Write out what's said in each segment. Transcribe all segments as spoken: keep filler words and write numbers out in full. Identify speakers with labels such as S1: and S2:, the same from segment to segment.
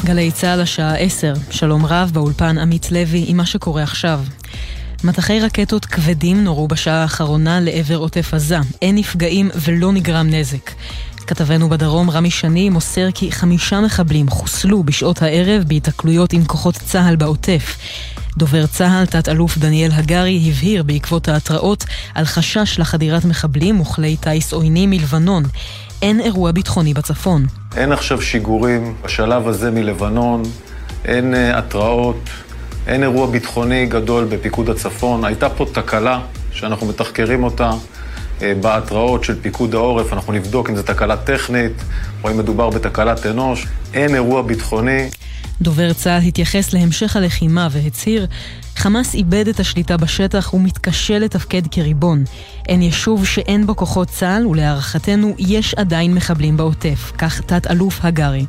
S1: גלי צהל השעה עשר, שלום רב באולפן עמית לוי עם מה שקורה עכשיו. מטחי רקטות כבדים נורו בשעה האחרונה לעבר עוטף עזה, אין נפגעים ולא נגרם נזק. כתבנו בדרום רמי שני מוסר כי חמישה מחבלים חוסלו בשעות הערב בהתקלויות עם כוחות צהל בעוטף. דובר צהל, תת אלוף דניאל הגרי, הבהיר בעקבות ההתראות על חשש לחדירת מחבלים וכלי טייס עוינים מלבנון. אין אירוע ביטחוני בצפון.
S2: אין עכשיו שיגורים בשלב הזה מלבנון, אין התראות, אין אירוע ביטחוני גדול בפיקוד הצפון. הייתה פה תקלה שאנחנו מתחקרים אותה בהתראות של פיקוד העורף, אנחנו נבדוק אם זו תקלה טכנית או אם מדובר בתקלת אנוש. אין אירוע ביטחוני.
S1: דובר צה"ל התייחס להמשך הלחימה והצהיר, חמאס איבד את השליטה בשטח ומתקשה לתפקד כריבון. אין יישוב שאין בו כוחות צה"ל, ולהערכתנו יש עדיין מחבלים בעוטף, כך תת אלוף הגרי.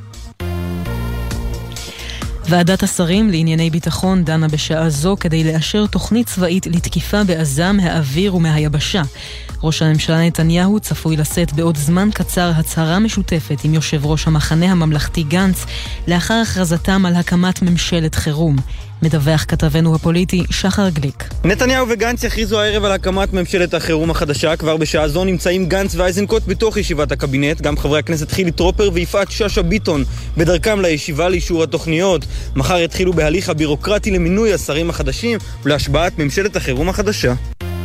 S1: ועדת השרים לענייני ביטחון דנה בשעה זו כדי לאשר תוכנית צבאית לתקיפה בעזה מהאוויר ומהיבשה. ראש הממשלה נתניהו צפוי לשאת בעוד זמן קצר הצהרה משותפת עם יושב ראש המחנה הממלכתי גנץ לאחר הכרזתם על הקמת ממשלת חירום. מדווח כתבנו הפוליטי שחר גליק.
S3: נתניהו וגנץ יכריזו הערב על הקמת ממשלת החירום החדשה. כבר בשעה זו נמצאים גנץ ואיזנקוט בתוך ישיבת הקבינט. גם חברי הכנסת חילי טרופר ויפעת שאשא ביטון בדרכם לישיבה לאישור התוכניות. מחר יתחילו בהליך הבירוקרטי למינוי השרים החדשים ולהשבעת ממשלת החירום החדשה.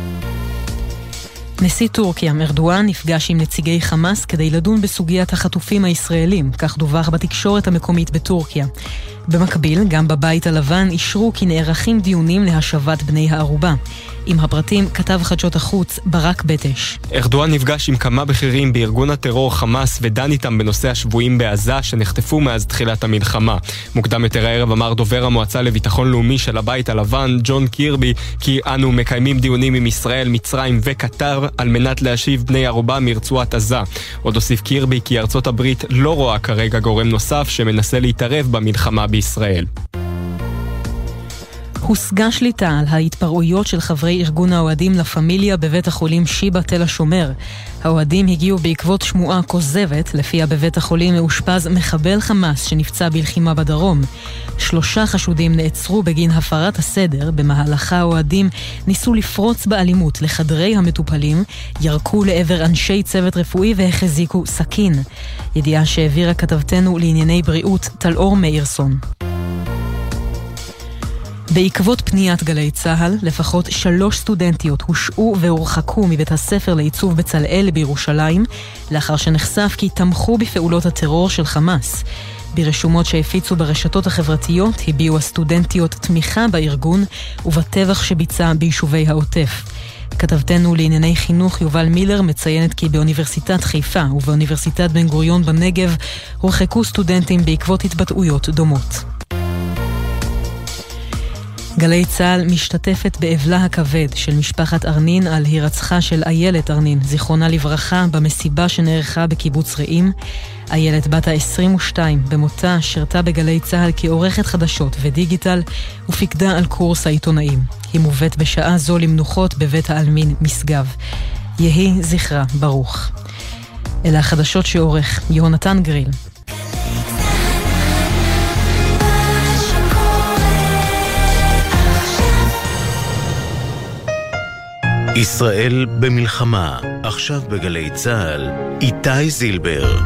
S1: נשיא טורקיה ארדואן נפגש עם נציגי חמאס כדי לדון בסוגיית החטופים הישראלים, כך דווח בתקשורת המקומית בטורקיה. במקביל, גם בבית הלבן אישרו כי נערכים דיונים להשבת בני הערובה. עם הפרטים כתב חדשות החוץ ברק בטש.
S4: ארדואן נפגש עם כמה בכירים בארגון הטרור חמאס ודן איתם בנושא השבויים בעזה שנחטפו מאז תחילת המלחמה. מוקדם יותר הערב אמר דובר המועצה לביטחון לאומי של הבית הלבן, ג'ון קירבי, כי אנו מקיימים דיונים עם ישראל, מצרים וקטר על מנת להשיב בני ערובה מרצועת עזה. עוד הוסיף קירבי כי ארצות הברית לא רואה כרגע גורם נוסף שמנסה להתערב במלחמה בישראל.
S1: הושגה שליטה על ההתפרעויות של חברי ארגון האוהדים לה פמיליה בבית החולים שיבא תל השומר. האוהדים הגיעו בעקבות שמועה כוזבת, לפיה בבית החולים מאושפז מחבל חמאס שנפצע בלחימה בדרום. שלושה חשודים נעצרו בגין הפרת הסדר, במהלכה האוהדים ניסו לפרוץ באלימות לחדרי המטופלים, ירקו לעבר אנשי צוות רפואי והחזיקו סכין. ידיעה שהעבירה כתבתנו לענייני בריאות טלאור מאירסון. בעקבות פניית גלי צהל, לפחות שלוש סטודנטיות הושעו והורחקו מבית הספר לעיצוב בצלאל בירושלים, לאחר שנחשף כי תמכו בפעולות הטרור של חמאס. ברשומות שהפיצו ברשתות החברתיות הביעו הסטודנטיות תמיכה בארגון ובטבח שביצע ביישובי העוטף. כתבתנו לענייני חינוך יובל מילר מציינת כי באוניברסיטת חיפה ובאוניברסיטת בן גוריון בנגב הורחקו סטודנטים בעקבות התבטאויות דומות. גלי צהל משתתפת באבלה הכבד של משפחת ארנין על הירצחה של איילת ארנין, זיכרונה לברכה, במסיבה שנערכה בקיבוץ רעים. איילת בת ה-עשרים ושתיים במותה שירתה בגלי צהל כעורכת חדשות ודיגיטל ופיקדה על קורס העיתונאים. היא מובאת בשעה זו למנוחות בבית העלמין משגב. יהי זכרה ברוך. אלה החדשות שעורך יהונתן גריל.
S5: ישראל במלחמה, עכשיו בגלי צהל, איתי זילבר.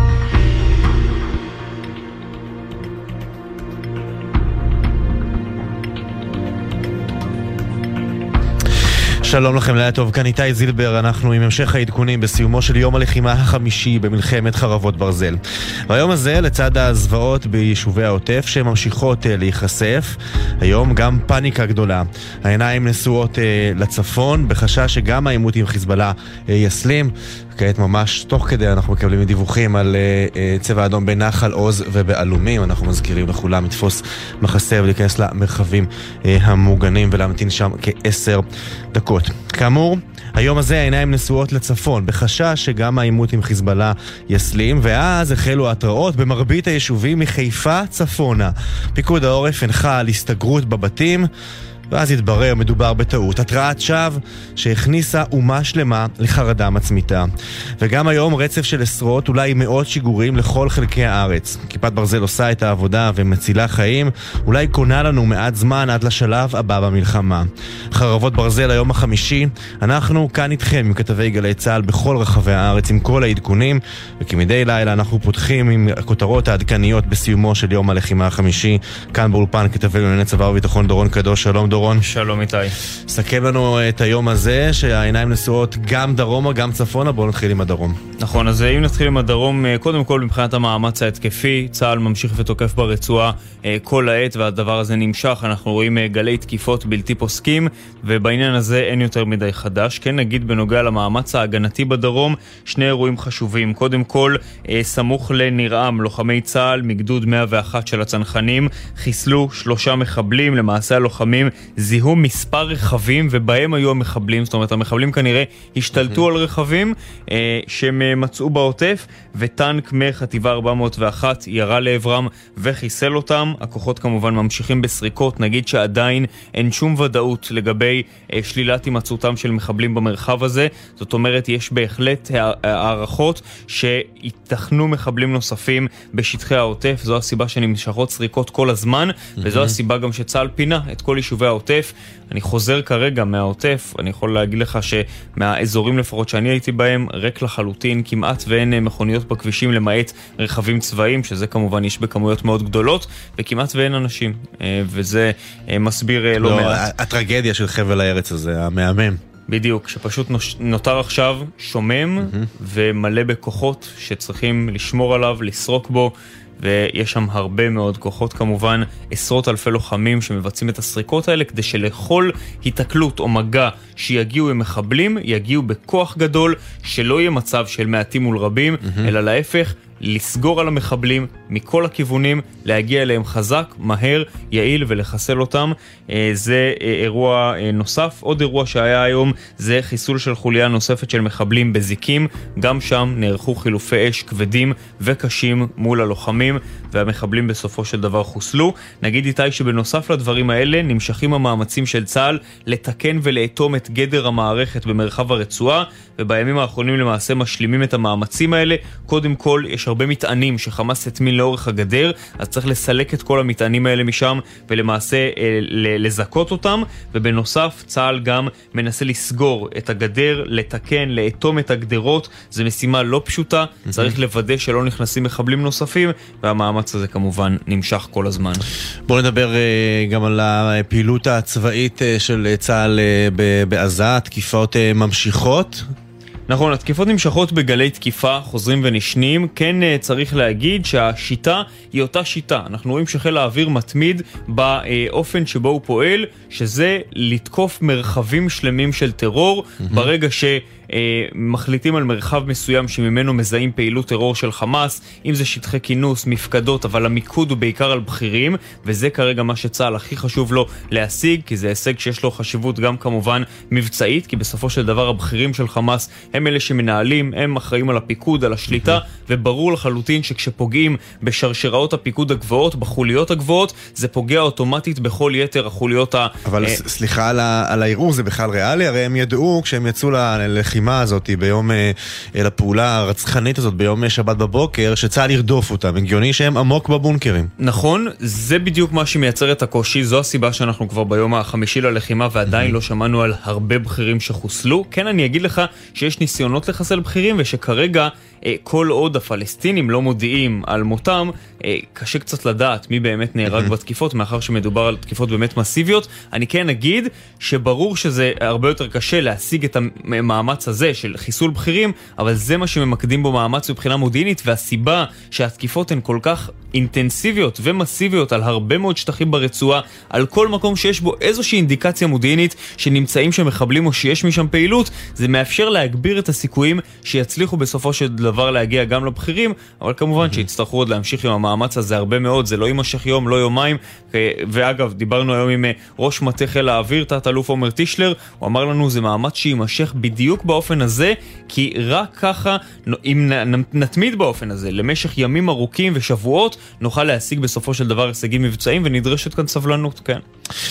S6: שלום לכם, לילה טוב, כאן איתי זילבר, אנחנו עם המשך העדכונים בסיומו של יום הלחימה החמישי במלחמת חרבות ברזל. והיום הזה, לצד הזוועות ביישובי העוטף שממשיכות להיחשף, היום גם פאניקה גדולה. העיניים נשואות לצפון, בחשש שגם העימות עם חיזבאללה יסלים. כעת ממש תוך כדי אנחנו מקבלים דיווחים על uh, צבע אדום בנחל עוז ובעלומים. אנחנו מזכירים לכולם לתפוס מחסה ולהיכנס למרחבים uh, המוגנים ולהמתין שם כעשר דקות. כאמור, היום הזה העיניים נשואות לצפון, בחשש שגם העימות עם חיזבאללה יסלים, ואז החלו התראות במרבית היישובים מחיפה צפונה. פיקוד העורף הנחה על הסתגרות בבתים, ואז התברר מדובר בטעות, התרעת שווא שהכניסה אומה שלמה לחרדה מצמיתה. וגם היום רצף של עשרות, אולי מאות שיגורים לכל חלקי הארץ. כיפת ברזל עושה את העבודה ומצילה חיים, אולי קונה לנו מעט זמן עד לשלב הבא במלחמה. חרבות ברזל היום החמישי, אנחנו כאן איתכם עם כתבי גלי צהל בכל רחבי הארץ עם כל העדכונים, וכמדי לילה אנחנו פותחים עם הכותרות העדכניות בסיומו של יום הלחימה החמישי. כאן באולפן כתבי לענייני צבא וביטחון דורון קדוש. שלום דורון.
S7: שלום איתי.
S6: סכם לנו את היום הזה שהעיניים נשואות גם דרומה גם צפונה. בואו נתחיל עם הדרום.
S7: נכון, אז אם נתחיל עם הדרום, קודם כל מבחינת המאמץ ההתקפי, צה"ל ממשיך ותוקף ברצועה כל העת, והדבר הזה נמשך. אנחנו רואים גלי תקיפות בלתי פוסקים, ובעניין הזה אין יותר מדי חדש. כן, נגיד בנוגע למאמץ ההגנתי בדרום, שני אירועים חשובים. קודם כל, סמוך לנרעם, לוחמי צה"ל מגדוד מאה ואחת של הצנחנים חיסלו שלושה מחבלים. למעשה הלוחמים זיהו מספר רכבים ובהם היו המחבלים, זאת אומרת המחבלים כנראה השתלטו על רכבים שהם מצאו בעוטף, וטנק מחטיבה ארבע מאות ואחת ירה לעברם וחיסל אותם. הכוחות כמובן ממשיכים בסריקות, נגיד שעדיין אין שום ודאות לגבי שלילת הימצאותם של מחבלים במרחב הזה. זאת אומרת יש בהחלט הערכות שיתכנו מחבלים נוספים בשטחי העוטף. זו הסיבה שנמשכות סריקות כל הזמן, וזו הסיבה גם שצה"ל פינה את כל יישובי העוטף. אני חוזר כרגע מהעוטף, אני יכול להגיד לך שמהאזורים לפחות שאני הייתי בהם ריק לחלוטין, כמעט ואין מכוניות בכבישים למעט רכבים צבאיים, שזה כמובן יש בכמויות מאוד גדולות, וכמעט ואין אנשים, וזה מסביר לא, לא מעט.
S6: הטרגדיה של חבל הארץ הזה, המאמם.
S7: בדיוק, שפשוט נותר עכשיו שומם mm-hmm. ומלא בכוחות שצריכים לשמור עליו, לסרוק בו, ויש שם הרבה מאוד כוחות כמובן, עשרות אלפי לוחמים שמבצעים את הסריקות האלה, כדי שלכל התקלות או מגע שיגיעו עם מחבלים, יגיעו בכוח גדול, שלא יהיה מצב של מעטים מול רבים, mm-hmm. אלא להפך, לסגור על המחבלים מכל הכיוונים, להגיע אליהם חזק, מהר, יעיל ולחסל אותם. זה אירוע נוסף. עוד אירוע שהיה היום זה חיסול של חוליה נוספת של מחבלים בזיקים. גם שם נערכו חילופי אש כבדים וקשים מול הלוחמים, והמחבלים בסופו של דבר חוסלו. נגיד איתי שבנוסף לדברים האלה נמשכים המאמצים של צה"ל לתקן ולאטום את גדר המערכת במרחב הרצועה, ובימים האחרונים למעשה משלימים את המאמצים האלה. קודם כל יש הרבה מטענים שחמאס הטמין לאורך הגדר, אז צריך לסלק את כל המטענים האלה משם ולמעשה אה, לזכות אותם. ובנוסף צה"ל גם מנסה לסגור את הגדר, לתקן, לאטום את הגדרות. זו משימה לא פשוטה, mm-hmm. צריך לוודא שלא נכנסים מחבלים נוספים, והמאמץ הזה כמובן נמשך כל הזמן.
S6: בואו נדבר אה, גם על הפעילות הצבאית אה, של צה"ל אה, בעזה. התקיפות אה, ממשיכות?
S7: נכון, התקיפות נמשכות בגלי תקיפה, חוזרים ונשנים. כן צריך להגיד שהשיטה היא אותה שיטה. אנחנו רואים שחיל האוויר מתמיד באופן שבו הוא פועל, שזה לתקוף מרחבים שלמים של טרור. Mm-hmm. ברגע שמחליטים על מרחב מסוים שממנו מזהים פעילות טרור של חמאס, אם זה שטחי כינוס, מפקדות, אבל המיקוד הוא בעיקר על בכירים, וזה כרגע מה שצה"ל הכי חשוב לו להשיג, כי זה הישג שיש לו חשיבות גם כמובן מבצעית, כי בסופו של דבר הבכירים של חמאס הם אלה שמנהלים, הם אחראים על הפיקוד, על השליטה, וברור לחלוטין שכשפוגעים בשרשראות הפיקוד הגבוהות, בחוליות הגבוהות, זה פוגע אוטומטית בכל יתר החוליות ה...
S6: אבל סליחה על הערעור, זה בכלל ריאלי? הרי הם ידעו כשהם יצאו ללחימה הזאת ביום, לפעולה הרצחנית הזאת ביום שבת בבוקר, שצה"ל ירדוף אותם. הגיוני שהם עמוק בבונקרים.
S7: נכון, זה בדיוק מה שמייצר את הקושי. זו הסיבה שאנחנו כבר ביום החמישי ללחימה ועדיין לא שמענו על הרבה בכירים שחוסלו. כן, אני אגיד לך שיש ניסיונות לחסל בכירים, ושכרגע כל עוד הפלסטינים לא מודיעים על מותם, קשה קצת לדעת מי באמת נהרג בתקיפות, מאחר שמדובר על תקיפות באמת מסיביות. אני כן אגיד שברור שזה הרבה יותר קשה להשיג את המאמץ הזה של חיסול בכירים, אבל זה מה שממקדים בו מאמץ מבחינה מודיעינית, והסיבה שהתקיפות הן כל כך אינטנסיביות ומסיביות על הרבה מאוד שטחים ברצועה, על כל מקום שיש בו איזושהי אינדיקציה מודיעינית שנמצאים שם מחבלים או שיש משם פעילות, זה מאפשר להגביר את הסיכויים שיצליחו בסופו של דבר להגיע גם לבכירים, אבל כמובן שיצטרכו עוד להמשיך עם המאמץ הזה הרבה מאוד, זה לא יימשך יום, לא יומיים. ואגב, דיברנו היום עם ראש מטה חיל האוויר, תת אלוף עומר טישלר, הוא אמר לנו זה מאמץ שיימשך בדיוק באופן הזה, כי רק ככה, אם נתמיד באופן הזה למשך ימים ארוכים ושבועות, נוכל להשיג בסופו של דבר הישגים מבצעים, ונדרשת כאן סבלנות, כן.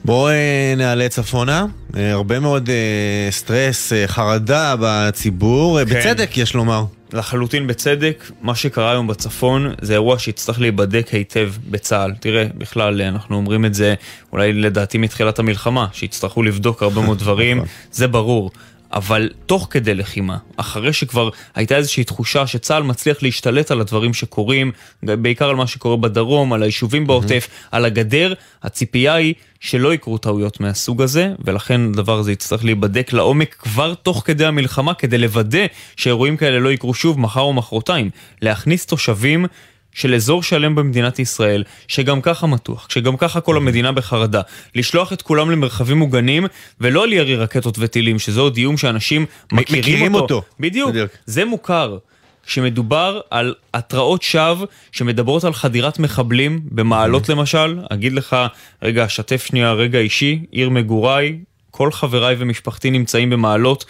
S6: בואו נעלה צפונה, הרבה מאוד סטרס, חרדה בציבור, כן. בצדק יש לומר.
S7: לחלוטין בצדק, מה שקרה היום בצפון זה אירוע שיצטרך להיבדק היטב בצה"ל. תראה, בכלל אנחנו אומרים את זה אולי לדעתי מתחילת המלחמה, שיצטרכו לבדוק הרבה מאוד דברים, זה ברור. אבל תוך כדי לחימה, אחרי שכבר הייתה איזושהי תחושה שצה"ל מצליח להשתלט על הדברים שקורים, בעיקר על מה שקורה בדרום, על היישובים בעוטף, על הגדר, הציפייה היא שלא יקרו טעויות מהסוג הזה, ולכן הדבר הזה יצטרך להיבדק לעומק כבר תוך כדי המלחמה, כדי לוודא שאירועים כאלה לא יקרו שוב מחר או מחרתיים. להכניס תושבים של אזור שלם במדינת ישראל, שגם ככה מתוח, שגם ככה כל המדינה בחרדה, לשלוח את כולם למרחבים מוגנים, ולא על ירי רקטות וטילים, שזה עוד איום שאנשים מכירים, מכירים אותו. אותו. בדיוק, בדיוק, זה מוכר. כשמדובר על התראות שווא, שמדברות על חדירת מחבלים, במעלות למשל, אגיד לך, רגע, שתף שנייה, רגע אישי, עיר מגוריי, כל חבריי ומשפחתי נמצאים במעלות,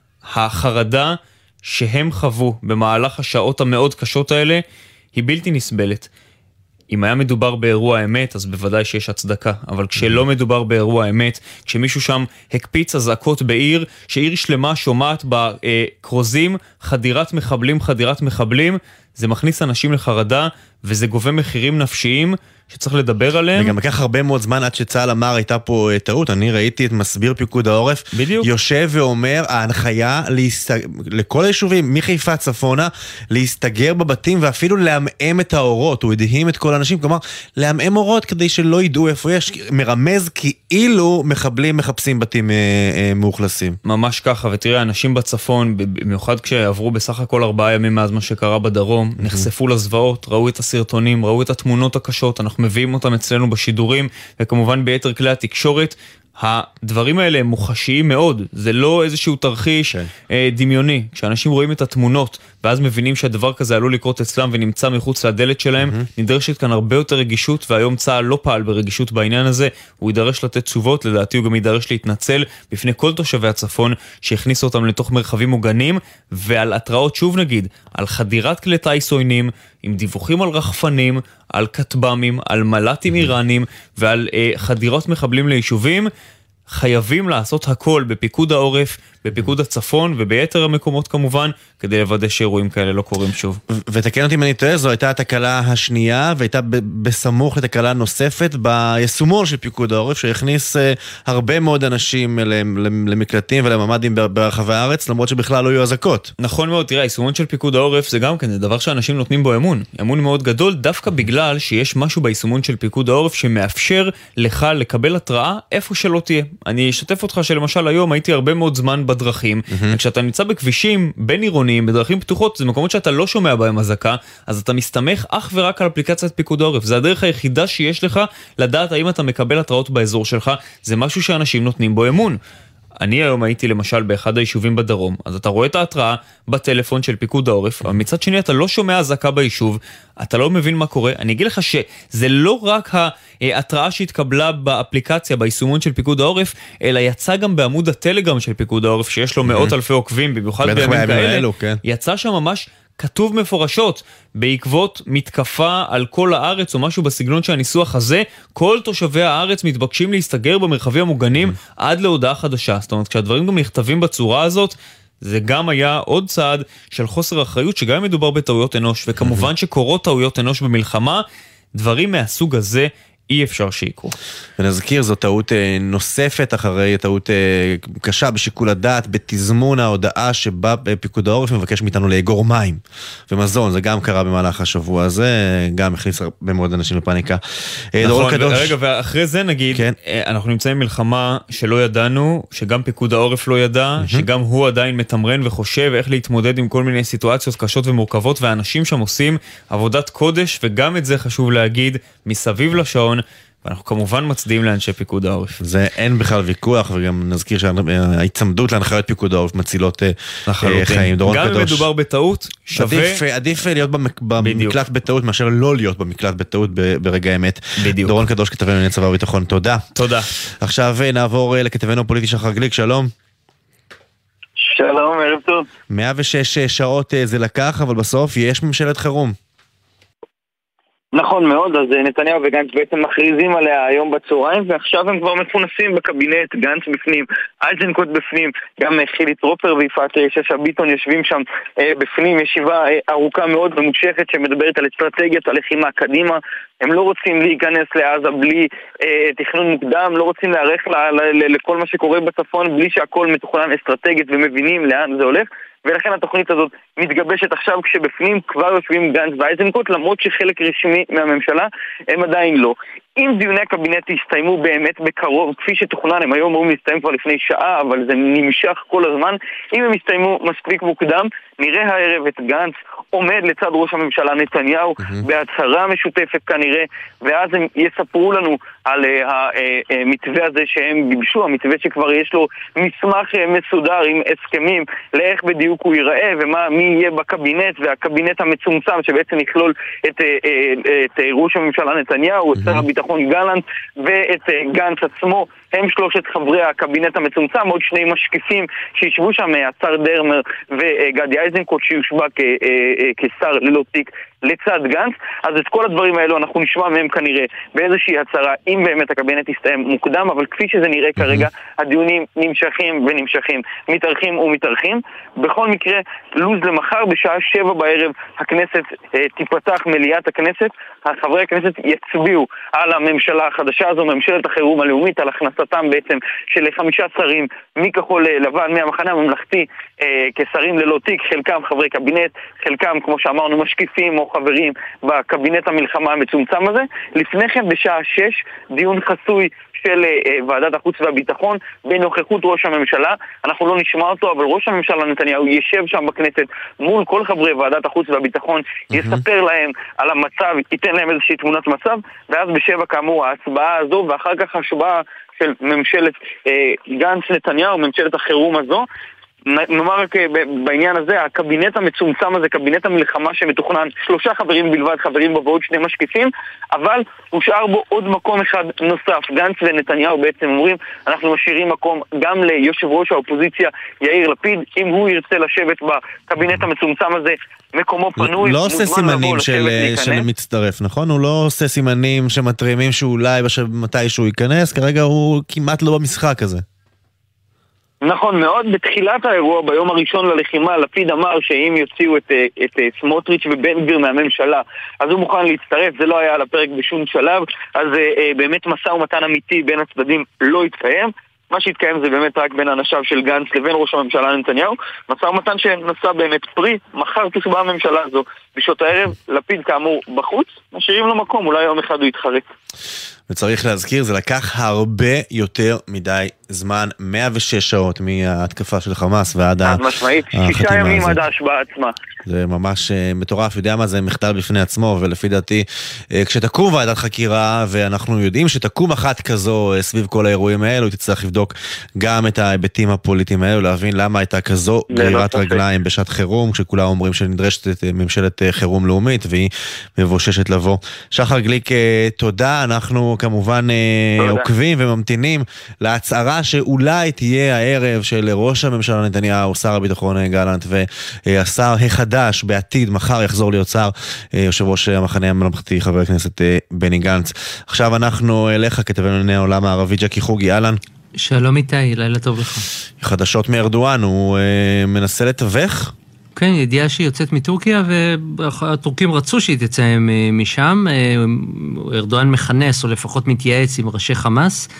S7: החרדה שהם חוו במהלך השעות המאוד קשות האלה, היא בלתי נסבלת. אם היה מדובר באירוע אמת, אז בוודאי שיש הצדקה. אבל כשלא מדובר באירוע אמת, כשמישהו שם הקפיץ הזעקות בעיר, שעיר שלמה שומעת בקרוזים, חדירת מחבלים, חדירת מחבלים, זה מכניס אנשים לחרדה, וזה גובה מחירים נפשיים שצריך לדבר עליהם.
S6: וגם לקח הרבה מאוד זמן עד שצה"ל אמר, הייתה פה טעות, אני ראיתי את מסביר פיקוד העורף,
S7: בדיוק.
S6: יושב ואומר, ההנחיה להסתג... לכל היישובים, מחיפה צפונה, להסתגר בבתים ואפילו להמאם את האורות, הוא הדהים את כל האנשים, כלומר, להמאם אורות כדי שלא ידעו איפה יש, מרמז כאילו מחבלים מחפשים בתים אה, אה, מאוכלסים.
S7: ממש ככה, ותראה, אנשים בצפון, במיוחד כשעברו בסך הכל ארבעה ימים מאז מה שקרה בדרום, נחשפו לזוועות, ראו את הסרטונים, ראו את התמונות הקשות, אנחנו מביאים אותם אצלנו בשידורים, וכמובן ביתר כלי התקשורת. הדברים האלה הם מוחשיים מאוד, זה לא איזשהו תרחיש okay. אה, דמיוני. כשאנשים רואים את התמונות, ואז מבינים שהדבר כזה עלול לקרות אצלם ונמצא מחוץ לדלת שלהם, mm-hmm. נדרשת כאן הרבה יותר רגישות, והיום צה"ל לא פעל ברגישות בעניין הזה, הוא יידרש לתת תשובות, לדעתי הוא גם יידרש להתנצל בפני כל תושבי הצפון, שהכניסו אותם לתוך מרחבים מוגנים, ועל התראות שוב נגיד, על חדירת כלי טיס עוינים, עם דיווחים על רחפנים, על כטב"מים, על מל"טים איראנים, ועל אה, חדירות מחבלים ליישובים, חייבים לעשות הכל בפיקוד העורף, בפיקוד הצפון וביתר המקומות כמובן, כדי לוודא שאירועים כאלה לא קורים שוב.
S6: ותקן אותי אם אני טועה, זו הייתה התקלה השנייה, והייתה בסמוך לתקלה נוספת ביישומון של פיקוד העורף, שהכניס הרבה מאוד אנשים למקלטים ולממדים ברחבי הארץ, למרות שבכלל לא יהיו אזעקות.
S7: נכון מאוד, תראה, היישומון של פיקוד העורף זה גם כן, זה דבר שאנשים נותנים בו אמון, אמון מאוד גדול, דווקא בגלל שיש משהו ביישומון של פיקוד העורף שמאפשר לך לקבל התראה איפה שלא תהיה. אני אשתף אותך שלמשל היום הייתי הרבה מאוד זמן בדרכים, mm-hmm. וכשאתה נמצא בכבישים בין עירוניים, בדרכים פתוחות, זה מקומות שאתה לא שומע בהם אזעקה, אז אתה מסתמך אך ורק על אפליקציית פיקוד העורף. זה הדרך היחידה שיש לך לדעת האם אתה מקבל התראות באזור שלך, זה משהו שאנשים נותנים בו אמון. אני היום הייתי למשל באחד היישובים בדרום, אז אתה רואה את ההתראה בטלפון של פיקוד העורף, אבל מצד שני אתה לא שומע אזעקה ביישוב, אתה לא מבין מה קורה. אני אגיד לך שזה לא רק ההתראה שהתקבלה באפליקציה, ביישומון של פיקוד העורף, אלא יצא גם בעמוד הטלגרם של פיקוד העורף, שיש לו מאות אלפי עוקבים, במיוחד בימים כאלה, יצא שם ממש כתוב מפורשות, בעקבות מתקפה על כל הארץ או משהו בסגנון שהניסוח הזה, כל תושבי הארץ מתבקשים להסתגר במרחבים המוגנים עד להודעה חדשה. זאת אומרת, כשהדברים גם נכתבים בצורה הזאת, זה גם היה עוד צעד של חוסר אחריות, שגם אם מדובר בטעויות אנוש, וכמובן שקורות טעויות אנוש במלחמה, דברים מהסוג הזה אי אפשר שיקרו.
S6: ונזכיר, זו טעות נוספת אחרי טעות קשה בשיקול הדעת, בתזמון ההודעה שבה פיקוד העורף מבקש מאיתנו לאגור מים ומזון. זה גם קרה במהלך השבוע הזה, גם הכניס הרבה מאוד אנשים לפאניקה.
S7: נכון, רגע, ואחרי זה נגיד, כן. אנחנו נמצאים במלחמה שלא ידענו, שגם פיקוד העורף לא ידע, שגם הוא עדיין מתמרן וחושב איך להתמודד עם כל מיני סיטואציות קשות ומורכבות, והאנשים שם עושים עבודת קודש, וגם את זה חשוב להגיד, מסביב לשעון, ואנחנו כמובן מצדיעים לאנשי פיקוד העורף.
S6: זה אין בכלל ויכוח, וגם נזכיר שההצמדות להנחיות פיקוד העורף מצילות חיים.
S7: גם אם מדובר בטעות, שווה...
S6: עדיף להיות במקלט בטעות, מאשר לא להיות במקלט בטעות ברגע האמת.
S7: בדיוק.
S6: דורון קדוש, כתבנו לענייני צבא וביטחון, תודה.
S7: תודה.
S6: עכשיו נעבור לכתבנו הפוליטי שחר גליק, שלום.
S8: שלום, ערב טוב.
S6: מאה ושש שעות זה לקח, אבל בסוף יש ממשלת חירום.
S3: נכון מאוד, אז נתניהו וגנץ בעצם מכריזים עליה היום בצהריים, ועכשיו הם כבר מפונסים בקבינט, גנץ בפנים, איזנקוט בפנים, גם חילי טרופר ויפעת שאשא ביטון יושבים שם אה, בפנים, ישיבה אה, ארוכה מאוד וממושכת שמדברת על אסטרטגיית הלחימה קדימה. הם לא רוצים להיכנס לעזה בלי אה, תכנון מוקדם, לא רוצים להיערך ל- ל- ל- לכל מה שקורה בצפון בלי שהכל מתוכנן אסטרטגית ומבינים לאן זה הולך. ולכן התוכנית הזאת מתגבשת עכשיו כשבפנים כבר יושבים גנץ ואיזנקוט, למרות שחלק רשמי מהממשלה הם עדיין לא. אם דיוני הקבינט יסתיימו באמת בקרוב, כפי שתוכנן, הם היו אמורים להסתיים כבר לפני שעה, אבל זה נמשך כל הזמן, אם הם יסתיימו מספיק מוקדם, נראה הערב את גנץ עומד לצד ראש הממשלה נתניהו, mm-hmm. בהצהרה משותפת כנראה, ואז הם יספרו לנו על uh, המתווה הזה שהם גיבשו, המתווה שכבר יש לו מסמך uh, מסודר עם הסכמים לאיך בדיוק הוא ייראה, ומה, מי יהיה בקבינט, והקבינט המצומצם שבעצם יכלול את, uh, uh, את uh, ראש הממשלה נתניהו, mm-hmm. את שר הביטחון גלנט ואת uh, גנץ עצמו. הם שלושת חברי הקבינט המצומצם, עוד שני משקיפים שישבו שם, השר דרמר וגדי איזנקוט שיושבע כשר ללא תיק לצד גנץ. אז את כל הדברים האלו אנחנו נשמע מהם כנראה באיזושהי הצהרה, אם באמת הקבינט יסתיים מוקדם, אבל כפי שזה נראה כרגע, הדיונים נמשכים ונמשכים, מתארחים ומתארחים. בכל מקרה, לוז למחר בשעה שבע בערב הכנסת תיפתח מליאת הכנסת, חברי הכנסת יצביעו על הממשלה החדשה הזו, ממשלת החירום הלאומית, על הכנסתם בעצם של חמישה שרים מכחול לבן, מהמחנה הממלכתי, אה, כשרים ללא תיק, חלקם חברי קבינט, חלקם כמו שאמרנו משקיפים או חברים בקבינט המלחמה המצומצם הזה. לפני כן בשעה שש דיון חסוי של אה, ועדת החוץ והביטחון בנוכחות ראש הממשלה. אנחנו לא נשמע אותו, אבל ראש הממשלה נתניהו ישב שם בכנסת מול כל חברי ועדת החוץ והביטחון, mm-hmm. יספר להם על המצב, ייתן להם איזושהי תמונת מצב, ואז בשבע כאמור ההצבעה הזו, ואחר כך השבעה של ממשלת אה, גנץ נתניהו, ממשלת החירום הזו. נאמר רק בעניין הזה, הקבינט המצומצם הזה, קבינט המלחמה שמתוכנן שלושה חברים בלבד, חברים בו ועוד שני משקיפים, אבל הושאר בו עוד מקום אחד נוסף. גנץ ונתניהו בעצם אומרים, אנחנו משאירים מקום גם ליושב ראש האופוזיציה יאיר לפיד, אם הוא ירצה לשבת בקבינט המצומצם הזה, מקומו פנוי.
S6: לא עושה סימנים של, של מצטרף, נכון? הוא לא עושה סימנים שמתרימים שאולי מתי שהוא ייכנס, כרגע הוא כמעט לא במשחק הזה.
S3: נכון מאוד. בתחילת האירוע, ביום הראשון ללחימה, לפיד אמר שאם יוציאו את, את, את סמוטריץ' ובן גביר מהממשלה, אז הוא מוכן להצטרף. זה לא היה על הפרק בשום שלב, אז אה, באמת מסע ומתן אמיתי בין הצדדים לא התקיים. מה שהתקיים זה באמת רק בין אנשיו של גנץ לבין ראש הממשלה נתניהו. מסע ומתן שנשא באמת פרי, מחר תושבע הממשלה הזו בשעות הערב, לפיד כאמור בחוץ, משאירים לו מקום, אולי יום אחד הוא יתחרק.
S6: וצריך להזכיר, זה לקח הרבה יותר מדי זמן, מאה ושש שעות מההתקפה של חמאס ועד החתימה הזאת.
S3: משמעית, שישה ימים עד ההשבעה עצמה.
S6: זה ממש מטורף, יודע מה זה מחדל בפני עצמו, ולפי דעתי, כשתקום ועדת חקירה, ואנחנו יודעים שתקום אחת כזו סביב כל האירועים האלו, היא תצטרך לבדוק גם את ההיבטים הפוליטיים האלו, להבין למה הייתה כזו גרירת רגליים בשעת חירום, כשכולם אומרים שנדרשת ממשלת חירום לאומית, והיא מבוששת לבוא. שחר גליק, תודה, אנחנו כמובן עוקבים וממתינים להצהרה שאולי תהיה הערב של ראש הממשלה נתניהו, שר הביטחון גלנט והשר החדש בעתיד, מחר יחזור להיות שר, יושב ראש המחנה הממלכתי חבר הכנסת בני גנץ. עכשיו אנחנו אליך כתבנו לענייני העולם הערבי, ג'קי חוגי, אהלן.
S8: שלום איתי, לילה טוב לך.
S6: חדשות מארדואן, הוא מנסה לתווך?
S8: כן, ידיעה שהיא יוצאת מטורקיה, והטורקים רצו שהיא תצא משם. ארדואן מכנס, או לפחות מתייעץ עם ראשי חמאס,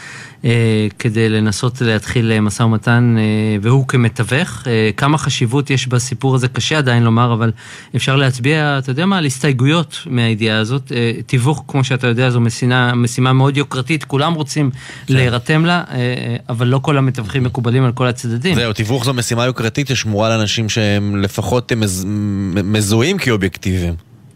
S8: כדי לנסות להתחיל משא ומתן, והוא כמתווך. כמה חשיבות יש בסיפור הזה, קשה עדיין לומר, אבל אפשר להצביע, אתה יודע מה, על הסתייגויות מהידיעה הזאת. תיווך, כמו שאתה יודע, זו משימה, משימה מאוד יוקרתית, כולם רוצים להירתם לה, אבל לא כל המתווכים מקובלים על כל הצדדים.
S6: זהו, תיווך זו משימה יוקרתית ששמורה לאנשים שהם לפחות מזוהים כאובייקטיביים.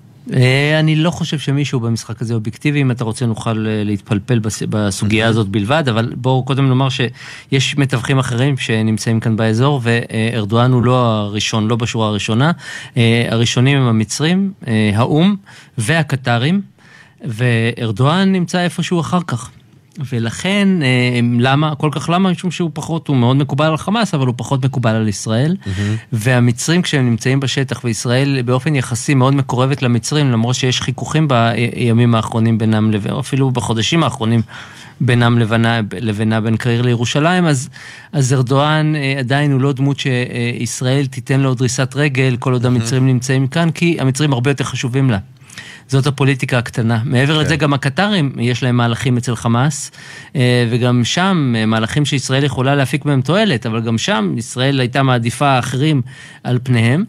S8: אני לא חושב שמישהו במשחק הזה אובייקטיבי, אם אתה רוצה נוכל להתפלפל בסוגיה הזאת בלבד, אבל בואו קודם לומר שיש מתווכים אחרים שנמצאים כאן באזור, וארדואן הוא לא הראשון, לא בשורה הראשונה. הראשונים הם המצרים, האום והקטרים, וארדואן נמצא איפשהו אחר כך. ולכן, למה, כל כך למה? משום שהוא פחות, הוא מאוד מקובל על חמאס, אבל הוא פחות מקובל על ישראל. Mm-hmm. והמצרים, כשהם נמצאים בשטח, וישראל באופן יחסי מאוד מקורבת למצרים, למרות שיש חיכוכים בימים האחרונים בינם לבין, אפילו בחודשים האחרונים בינם לבינה, לבינה בין קהיר לירושלים, אז, אז ארדואן עדיין הוא לא דמות שישראל תיתן לו דריסת רגל, כל עוד המצרים נמצאים כאן, כי המצרים הרבה יותר חשובים לה. זאת הפוליטיקה הקטנה. מעבר לזה גם הקטרים, יש להם מהלכים אצל חמאס, וגם שם מהלכים שישראל יכולה להפיק מהם תועלת, אבל גם שם ישראל הייתה מעדיפה אחרים על פניהם.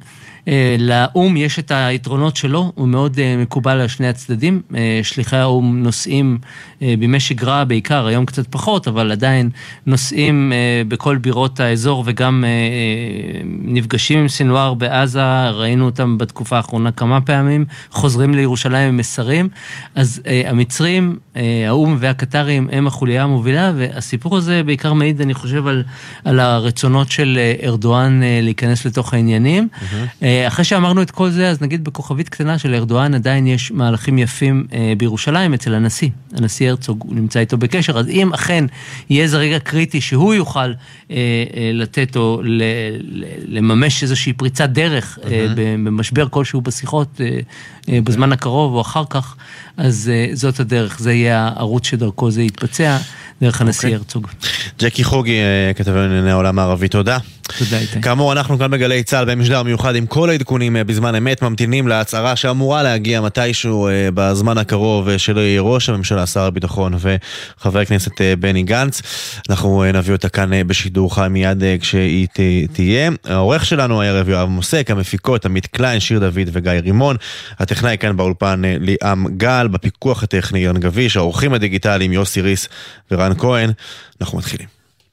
S8: לאום יש את היתרונות שלו, הוא מאוד מקובל על שני הצדדים, שליחי האום נוסעים בימי שגרה בעיקר, היום קצת פחות, אבל עדיין נוסעים בכל בירות האזור, וגם נפגשים עם סינואר בעזה, ראינו אותם בתקופה האחרונה כמה פעמים, חוזרים לירושלים עם מסרים, אז המצרים, האום והקטרים הם החוליה המובילה, והסיפור הזה בעיקר מעיד, אני חושב, על, על הרצונות של ארדואן להיכנס לתוך העניינים. Mm-hmm. אחרי שאמרנו את כל זה, אז נגיד בכוכבית קטנה של ארדואן עדיין יש מהלכים יפים בירושלים אצל הנשיא. הנשיא הרצוג, הוא נמצא איתו בקשר, אז אם אכן יהיה איזה רגע קריטי שהוא יוכל לתת או לממש איזושהי פריצת דרך במשבר כלשהו בשיחות בזמן הקרוב או אחר כך, אז זאת הדרך, זה יהיה הערוץ שדרכו זה יתבצע, דרך הנשיא הרצוג.
S6: ג'קי חוגי, כתב לענייני העולם הערבי, תודה.
S8: תודה איתי.
S6: כאמור, אנחנו כאן בגלי צה"ל במשדר מיוחד עם כל העדכונים בזמן אמת, ממתינים להצהרה שאמורה להגיע מתישהו בזמן הקרוב של ראש הממשלה, שר הביטחון וחבר הכנסת בני גנץ. אנחנו נביא אותה כאן בשידור חי מיד כשהיא תהיה. העורך שלנו הערב יואב מוסק, המפיקות עמית קליין, שיר דוד וגיא רימון, הטכנאי כאן באולפן ליאם גל, בפיקוח הטכני יון גביש, העורכים הדיגיטליים יוסי ריס ורן כהן. אנחנו מתחילים.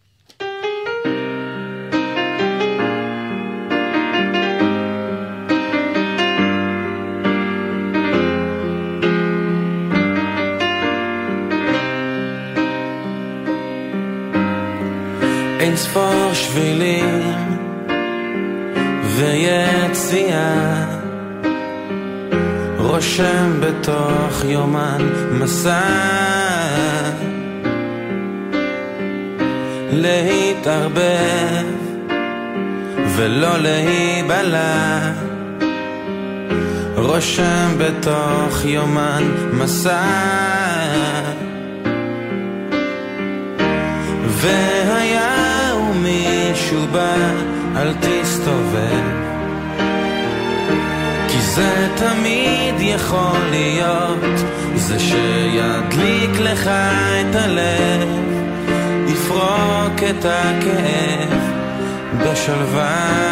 S9: אין ספור שבילים ויציאה, רושם בתוך יומן מסע, להתערבב ולא להיבלה, רושם בתוך יומן מסע, והיה מישהו בא, אל תסתובב, כי זה תמיד יכול להיות, זה שידליק לך את הלב, יפרוק את הכאב בשלווה.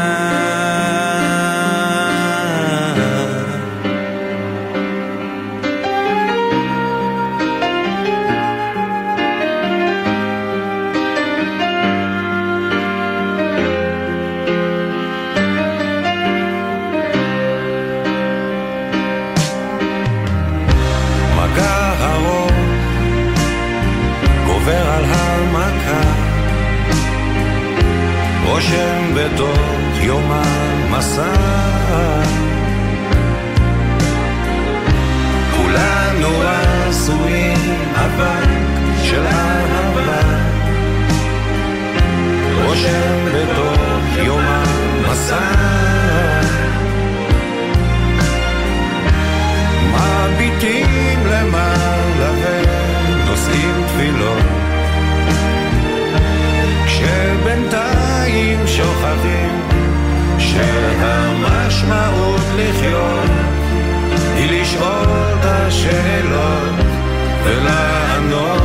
S9: רושם בתוך יום המסע, כולנו עשויים אבק של אהבה, רושם בתוך יום המסע, מביטים למעלה ונושאים תפילות, כשבינתיים שוכחים שהמשמעות לחיות היא לשאול את השאלות ולענות.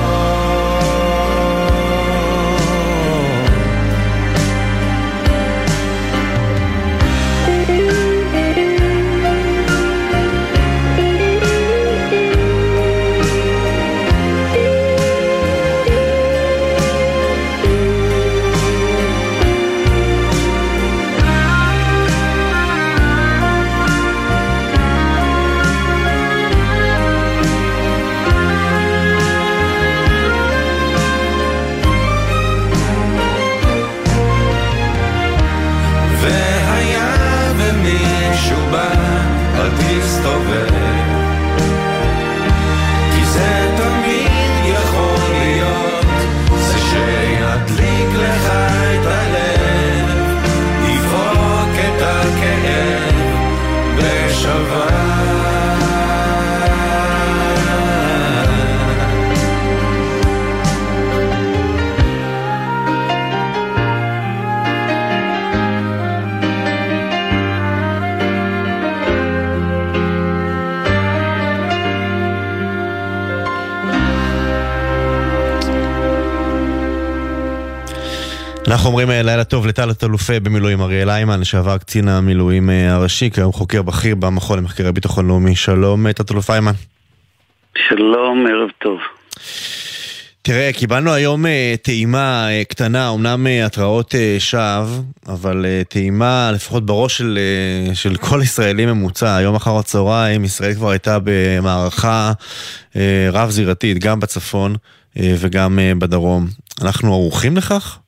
S6: אנחנו אומרים לילה טוב לתת אלופי במילואים אריאל היימן, לשעבר קצין המילואים הראשי, כיום חוקר בכיר במכון למחקרי ביטחון לאומי. שלום תת אלוף היימן.
S10: שלום, ערב טוב.
S6: תראה, קיבלנו היום טעימה קטנה, אמנם התראות שווא, אבל טעימה לפחות בראש של, של כל ישראלי ממוצע. היום אחר הצהריים ישראל כבר הייתה במערכה רב זירתית, גם בצפון וגם בדרום. אנחנו ערוכים לכך?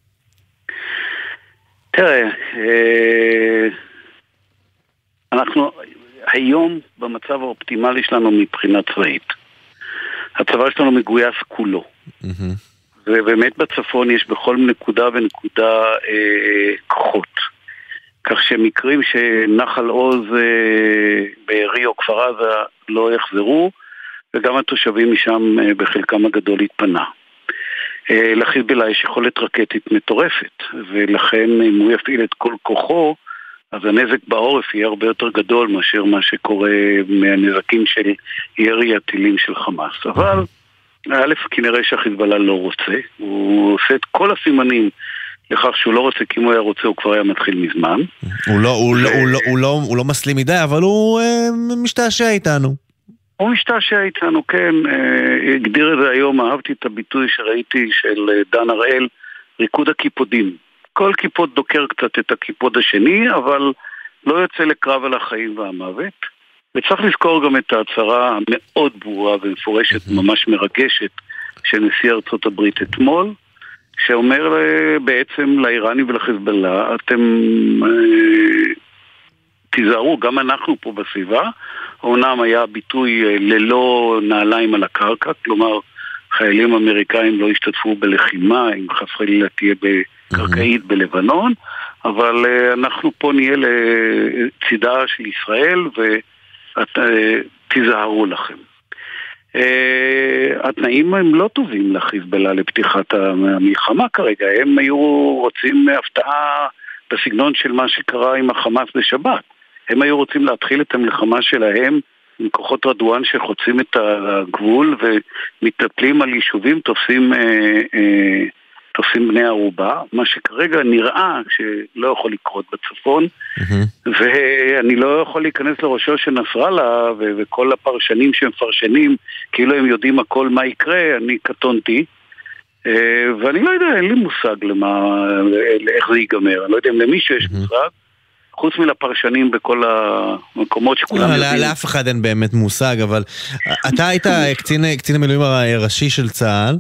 S10: תראה, אנחנו היום במצב האופטימלי שלנו מבחינה צבאית. הצבא שלנו מגויס כולו. ובאמת בצפון יש בכל נקודה ונקודה כוחות. כך שמקרים שנחל עוז בארי או כפר עזה לא יחזרו, וגם התושבים משם בחלקם הגדול התפנה. לחיזבאללה יש יכולת רקטית מטורפת, ולכן אם הוא יפעיל את כל כוחו, אז הנזק בעורף יהיה הרבה יותר גדול מאשר מה שקורה מהנזקים של ירי הטילים של חמאס. אבל א', כנראה שהחיזבאללה לא רוצה, הוא עושה את כל הסימנים לכך שהוא לא רוצה, כי אם הוא היה רוצה הוא כבר היה מתחיל מזמן.
S6: הוא לא, הוא לא, הוא לא, הוא לא, הוא לא מסלים מדי, אבל הוא אה, משתעשע איתנו.
S10: הוא משתעשע איתנו, כן. אה, הגדיר את זה היום, אהבתי את הביטוי שראיתי של דן הראל, ריקוד הקיפודים. כל קיפוד דוקר קצת את הקיפוד השני, אבל לא יוצא לקרב על החיים והמוות. וצריך לזכור גם את ההצהרה המאוד ברורה ומפורשת, ממש מרגשת, של נשיא ארצות הברית אתמול, שאומר בעצם לאיראנים ולחיזבאללה, אתם אה, תיזהרו, גם אנחנו פה בסביבה, אומנם היה ביטוי ללא נעליים על הקרקע, כלומר חיילים אמריקאים לא השתתפו בלחימה, אם חס וחלילה תהיה בקרקעית בלבנון, אבל uh, אנחנו פה נהיה לצידה של ישראל ותיזהרו לכם. Uh, התנאים הם לא טובים לחיזבאללה לפתיחת המלחמה כרגע, הם היו רוצים הפתעה בסגנון של מה שקרה עם החמאס בשבת. הם היו רוצים להתחיל את המלחמה שלהם עם כוחות רדואן שחוצים את הגבול ומטפלים על יישובים, תופסים, אה, אה, תופסים בני ערובה, מה שכרגע נראה שלא יכול לקרות בצפון, mm-hmm. ואני לא יכול להיכנס לראשו של נסראללה, ו- וכל הפרשנים שהם פרשנים, כאילו הם יודעים הכל מה יקרה, אני קטונתי, אה, ואני לא יודע, אין לי מושג למה, איך זה ייגמר, אני לא יודע אם למישהו יש מושג, חוץ מלפרשנים בכל המקומות שכולם יודעים.
S6: לאף אחד אין באמת מושג, אבל אתה היית קצין המילואים הראשי של צה"ל,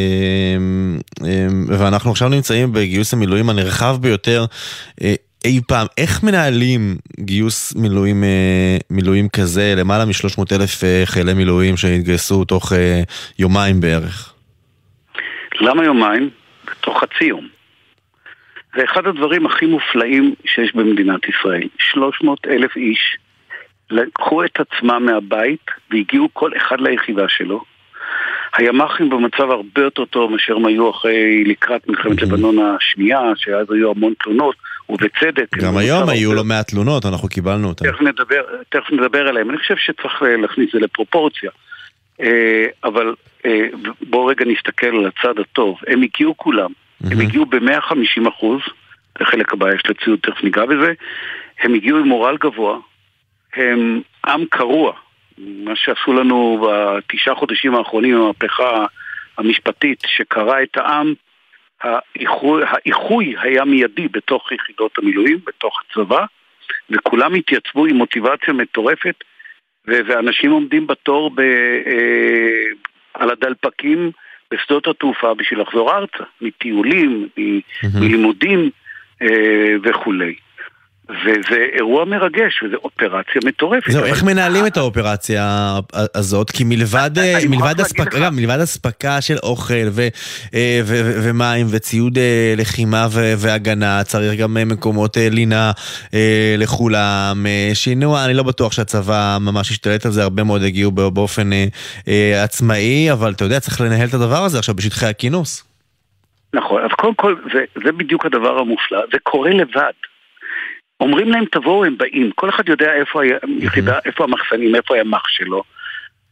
S6: ואנחנו עכשיו נמצאים בגיוס המילואים הנרחב ביותר אי פעם. איך מנהלים גיוס מילואים, מילואים כזה, למעלה מ-שלוש מאות אלף חיילי מילואים שהתגייסו תוך יומיים בערך?
S10: למה יומיים? בתוך חצי יום. זה אחד הדברים הכי מופלאים שיש במדינת ישראל. שלוש מאות אלף איש לקחו את עצמם מהבית והגיעו כל אחד ליחידה שלו. הימ"חים במצב הרבה יותר טוב מאשר הם היו אחרי לקראת מלחמת לבנון השנייה, שאז היו המון תלונות, ובצדק.
S6: גם היום היו לא מעט תלונות, אנחנו קיבלנו אותן.
S10: תכף נדבר, תכף נדבר עליהם. אני חושב שצריך להכניס את זה לפרופורציה. אבל בואו רגע נסתכל על הצד הטוב. הם הגיעו כולם. הם הגיעו ב-מאה וחמישים אחוז, בחלק הבא יש לציוד, תכף ניגע בזה, הם הגיעו עם מורל גבוה, הם עם קרוע, מה שעשו לנו בתשעה חודשים האחרונים, המהפכה המשפטית שקרה את העם, האיחוי, האיחוי היה מיידי בתוך יחידות המילואים, בתוך הצבא, וכולם התייצבו עם מוטיבציה מטורפת, ואנשים עומדים בתור ב, אה, על הדלפקים, בשדות התעופה בשביל לחזור ארצה, מטיולים, מלימודים וכולי. וזה אירוע מרגש, וזה אופרציה מטורפת.
S6: זהו, איך מנהלים את האופרציה הזאת? כי מלבד הספקה של אוכל ומים וציוד לחימה והגנה, צריך גם מקומות לינה לכולם, שינוע. אני לא בטוח שהצבא ממש השתלט על זה, הרבה מאוד הגיעו באופן עצמאי, אבל אתה יודע, צריך לנהל את הדבר הזה עכשיו בשטחי הכינוס.
S10: נכון, אז קודם כל, זה בדיוק הדבר המופלא, זה קורה לבד. אומרים להם תבואו, הם באים, כל אחד יודע איפה היחידה, איפה המחסנים, איפה הימ"ח שלו.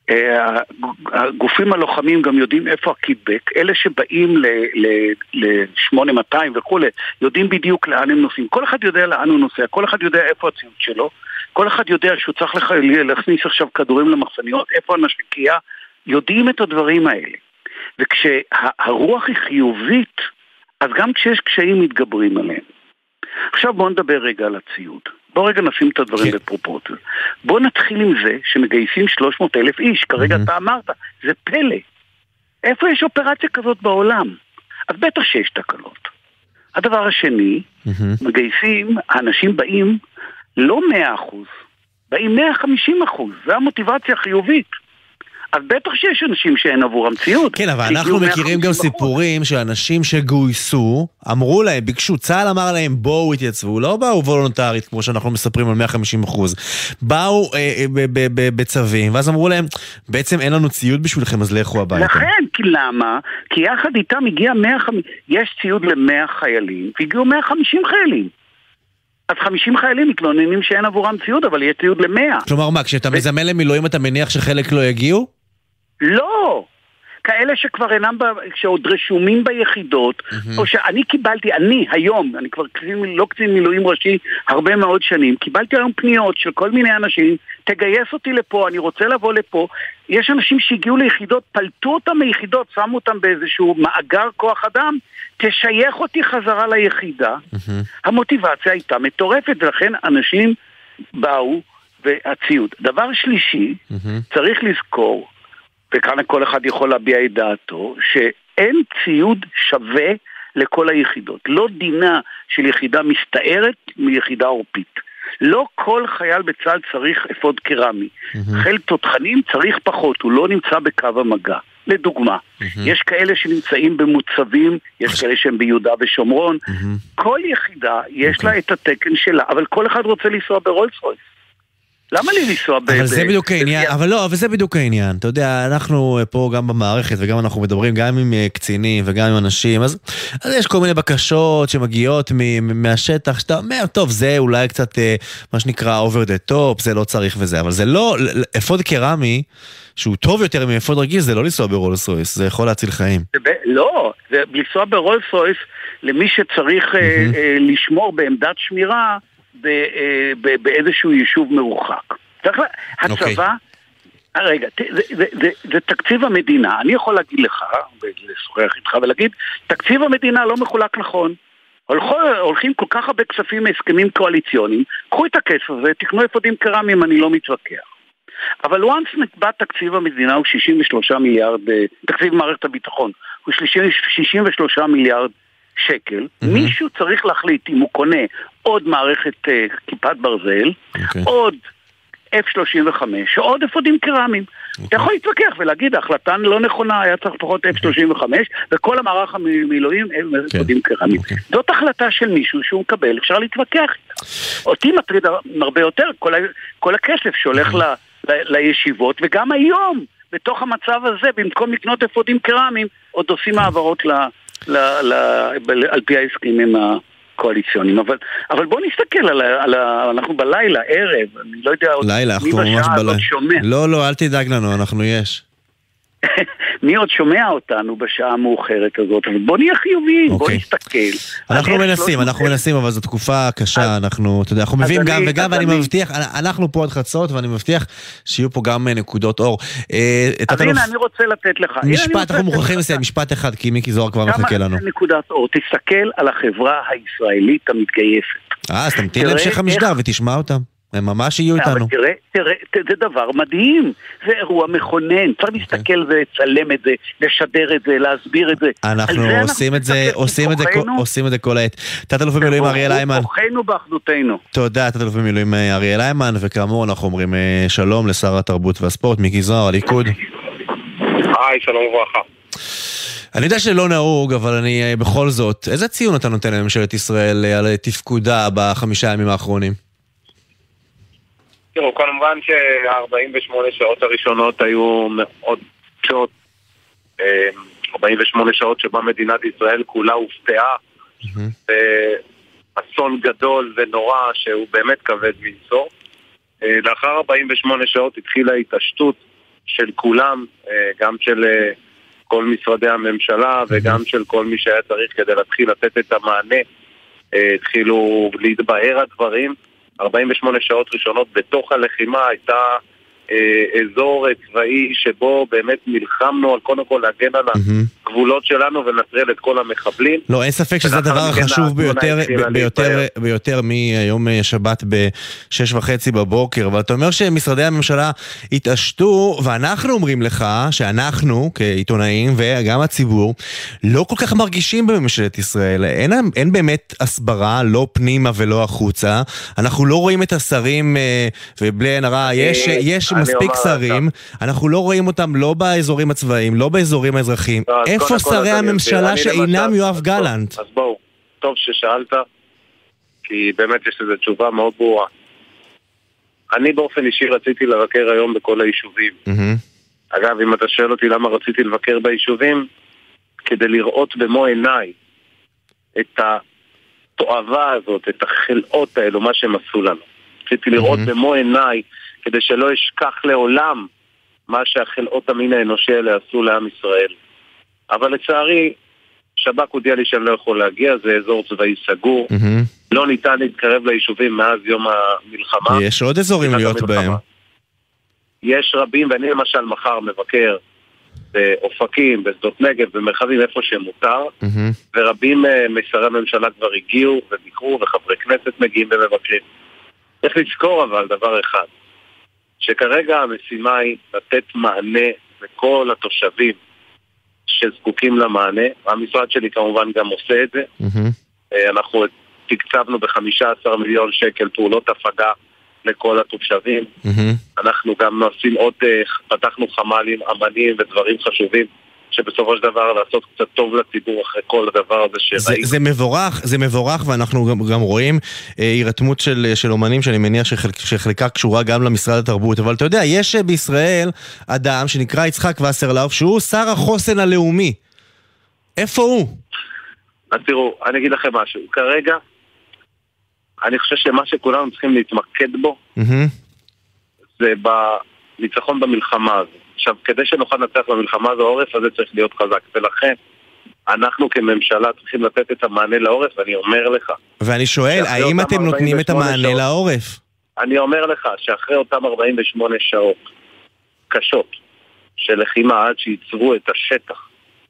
S10: הגופים הלוחמים גם יודעים איפה הקידבק, אלה שבאים ל-שמונה מאתיים וכו', יודעים בדיוק לאן הם נוסעים, כל אחד יודע לאן הוא נוסע, כל אחד יודע איפה הציוד שלו, כל אחד יודע שהוא צריך להכניס עכשיו כדורים למחסניות, איפה הנשקייה, יודעים את הדברים האלה. וכשהרוח היא חיובית, אז גם כשיש קשיים מתגברים עליהם. עכשיו בואו נדבר רגע על הציוד. בואו רגע נשים את הדברים בפרופורציה. בואו נתחיל עם זה שמגייסים שלוש מאות אלף איש, כרגע אתה אמרת, זה פלא. איפה יש אופרציה כזאת בעולם? אז בטח שיש תקלות. הדבר השני, מגייסים, האנשים באים לא מאה אחוז, באים מאה וחמישים אחוז, זה המוטיבציה החיובית. אז בטח שיש אנשים שאין עבורם ציוד.
S6: כן, אבל אנחנו מכירים גם סיפורים של אנשים שגויסו, אמרו להם, ביקשו, צה"ל אמר להם בואו התייצבו, לא באו וולונטרית כמו שאנחנו מספרים על מאה וחמישים אחוז, באו בצווים, ואז אמרו להם, בעצם אין לנו ציוד בשבילכם, אז לכו הביתה.
S10: לכן, כי למה? כי יחד איתם הגיע מאה וחמישים, יש ציוד ל-מאה חיילים, והגיעו מאה וחמישים חיילים. אז חמישים חיילים מתלוננים שאין עבורם ציוד, אבל יש ציוד ל-מאה.
S6: כלומר מה, כשאתה מזמן למילואים אתה מניח שחלק לא יגיעו?
S10: לא, כאלה שכבר אינם, שעוד רשומים ביחידות, או שאני קיבלתי, אני היום, אני כבר לא קצין מילואים ראשי הרבה מאוד שנים, קיבלתי היום פניות של כל מיני אנשים, תגייס אותי לפה, אני רוצה לבוא לפה, יש אנשים שהגיעו ליחידות, פלטו אותם מיחידות, שמו אותם באיזשהו מאגר כוח אדם, תשייך אותי חזרה ליחידה, המוטיבציה הייתה מטורפת, ולכן אנשים באו והציוד. דבר שלישי, צריך לזכור, וכאן כל אחד יכול להביע את דעתו, שאין ציוד שווה לכל היחידות. לא דינה של יחידה מסתערת מיחידה עורפית. לא כל חייל בצה"ל צריך אפוד קרמי. חיל תותחנים צריך פחות, הוא לא נמצא בקו המגע. לדוגמה, יש כאלה שנמצאים במוצבים, יש כאלה שהם ביהודה ושומרון. כל יחידה יש לה את התקן שלה, אבל כל אחד רוצה לנסוע ברולס רויס. למה לי לנסוע ב...
S6: אבל זה בדיוק העניין, אבל לא, אבל זה בדיוק העניין. אתה יודע, אנחנו פה גם במערכת, וגם אנחנו מדברים גם עם קצינים וגם עם אנשים, אז יש כל מיני בקשות שמגיעות מהשטח, שאתה אומר, טוב, זה אולי קצת, מה שנקרא, over the top, זה לא צריך וזה, אבל זה לא, אפוד קרמי, שהוא טוב יותר מאפוד רגיל, זה לא לנסוע ברולס רויס, זה יכול להציל חיים.
S10: לא, זה לנסוע ברולס רויס, למי שצריך לשמור בעמדת שמירה, באיזשהו יישוב מרוחק. הצבא, רגע, זה תקציב המדינה. אני יכול להגיד לך, ולשוחח איתך ולהגיד, תקציב המדינה לא מחולק נכון. הולכים כל כך הרבה כספים מהסכמים קואליציוניים, קחו את הכסף הזה, תקנו אפודים קרמיים, אני לא מתווכח. אבל once נקבע תקציב המדינה הוא שישים ושלושה מיליארד, תקציב מערכת הביטחון הוא שישים ושלושה מיליארד שקל, mm-hmm. מישהו צריך להחליט אם הוא קונה עוד מערכת uh, כיפת ברזל, okay. עוד אף שלושים וחמש, או עוד אפודים קרמיים. Okay. אתה יכול להתווכח ולהגיד, ההחלטה לא נכונה, היה צריך פחות אף שלושים וחמש, okay. וכל המערך המילואים הם okay. אפודים קרמיים. Okay. זאת החלטה של מישהו שהוא מקבל, אפשר להתווכח. אותי מטריד הרבה יותר, כל, ה- כל הכסף שהולך okay. ל- ל- לישיבות, וגם היום, בתוך המצב הזה, במקום לקנות אפודים קרמיים, עוד עושים okay. העברות ל... ל, ל, ל, על פי ההסכמים הקואליציוניים. אבל, אבל בוא נסתכל על, על, אנחנו בלילה, ערב, אני לא יודע
S6: לילה,
S10: מי בשעה הזאת שומע.
S6: לא, לא, אל תדאג לנו, אנחנו יש.
S10: מי עוד שומע אותנו בשעה המאוחרת הזאת? אבל בוא נהיה חיוביים, בוא נסתכל.
S6: אנחנו מנסים, אנחנו מנסים, אבל זו תקופה קשה, אנחנו, אתה יודע, אנחנו מביאים גם וגם, ואני מבטיח, אנחנו פה עד חצות, ואני מבטיח שיהיו פה גם נקודות אור.
S10: אז הנה, אני רוצה לתת לך.
S6: משפט, אנחנו מוכרחים לסיים, משפט אחד, כי מיקי זוהר כבר מחכה לנו.
S10: כמה נקודת אור, תסתכל על החברה הישראלית המתגייסת.
S6: אה, אז תמתין להמשך המשדר ותשמע אותם. הם ממש יהיו איתנו.
S10: תראה, תראה, זה דבר מדהים. זה אירוע מכונן. צריך להסתכל ולצלם את זה, לשדר את זה, להסביר את זה.
S6: אנחנו עושים את זה, עושים את זה, עושים את זה כל העת. תת-אלוף במילואים אריאל היימן.
S10: כוחנו באחדותנו.
S6: תודה, תת-אלוף במילואים אריאל היימן, וכאמור אנחנו אומרים שלום לשר התרבות והספורט, מיקי זוהר, הליכוד.
S11: היי, שלום וברכה.
S6: אני יודע שלא נהוג, אבל אני בכל זאת, איזה ציון אתה נותן לממשלת ישראל על תפקודה בחמישה ימים האחרונים?
S11: תראו, כמובן ש-ארבעים ושמונה שעות הראשונות היו מאוד קשות, ארבעים ושמונה שעות שבה מדינת ישראל כולה הופתעה, אסון גדול ונורא שהוא באמת כבד מנשוא. לאחר ארבעים ושמונה שעות התחילה התעשתות של כולם, גם של כל משרדי הממשלה וגם של כל מי שהיה צריך כדי להתחיל לתת את המענה. התחילו להתבהר הדברים. ארבעים ושמונה שעות ראשונות בתוך הלחימה הייתה אזור צבאי שבו באמת נלחמנו על קודם כל להגן על הגבולות שלנו ולנטרל את כל המחבלים.
S6: לא, אין ספק שזה הדבר החשוב ביותר, ביותר, ביותר מהיום שבת בשש וחצי בבוקר, אבל אתה אומר שמשרדי הממשלה התעשתו, ואנחנו אומרים לך שאנחנו כעיתונאים וגם הציבור לא כל כך מרגישים בממשלת ישראל. אין, אין באמת הסברה, לא פנימה ולא החוצה. אנחנו לא רואים את השרים, ובלי אין הרע, יש, יש מספיק שרים, אנחנו לא רואים אותם לא באזורים הצבאיים, לא באזורים האזרחיים. איפה שרי הממשלה שאינם יואב גלנט?
S11: אז בואו, טוב ששאלת, כי באמת יש לזה תשובה מאוד ברורה. אני באופן אישי רציתי לבקר היום בכל היישובים. אגב, אם אתה שואל אותי למה רציתי לבקר ביישובים, כדי לראות במו עיניי את התואבה הזאת, את החלאות האלו, מה שהם עשו לנו. רציתי לראות במו עיניי כדי שלא אשכח לעולם מה שהחלאות המין האנושי האלה עשו לעם ישראל. אבל לצערי, שב"כ הודיע לי שאני לא יכול להגיע, זה אזור צבאי סגור. Mm-hmm. לא ניתן להתקרב ליישובים מאז יום המלחמה.
S6: יש עוד אזורים להיות בהם.
S11: יש רבים, ואני למשל מחר מבקר באופקים, בשדות נגב, במרחבים איפה שמותר, mm-hmm. ורבים משרי הממשלה כבר הגיעו וביקרו, וחברי כנסת מגיעים ומבקרים. צריך לזכור אבל דבר אחד, שכרגע המשימה היא לתת מענה לכל התושבים שזקוקים למענה. המשרד שלי כמובן גם עושה את זה. Mm-hmm. אנחנו תקצבנו ב-חמישה עשר מיליון שקל פעולות הפגה לכל התושבים. Mm-hmm. אנחנו גם נעשים עוד, פתחנו חמ"לים, אמנים ודברים חשובים שבסופו של דבר לעשות קצת טוב לציבור אחרי כל הדבר הזה שראינו.
S6: זה, זה מבורך, זה מבורך, ואנחנו גם, גם רואים הירתמות של, של אומנים שאני מניח שחלק, שחלקה קשורה גם למשרד התרבות, אבל אתה יודע, יש בישראל אדם שנקרא יצחק וסרלאוף, שהוא שר החוסן הלאומי. איפה הוא?
S11: אז תראו, אני אגיד לכם משהו. כרגע, אני חושב שמה שכולנו צריכים להתמקד בו, mm-hmm. זה בניצחון במלחמה הזו. עכשיו, כדי שנוכל לנצח במלחמה הזו, העורף הזה צריך להיות חזק, ולכן אנחנו כממשלה צריכים לתת את המענה לעורף, ואני אומר לך.
S6: ואני שואל, האם אתם נותנים את המענה שעות, לעורף?
S11: אני אומר לך שאחרי אותם ארבעים ושמונה שעות קשות של לחימה עד שיצרו את השטח,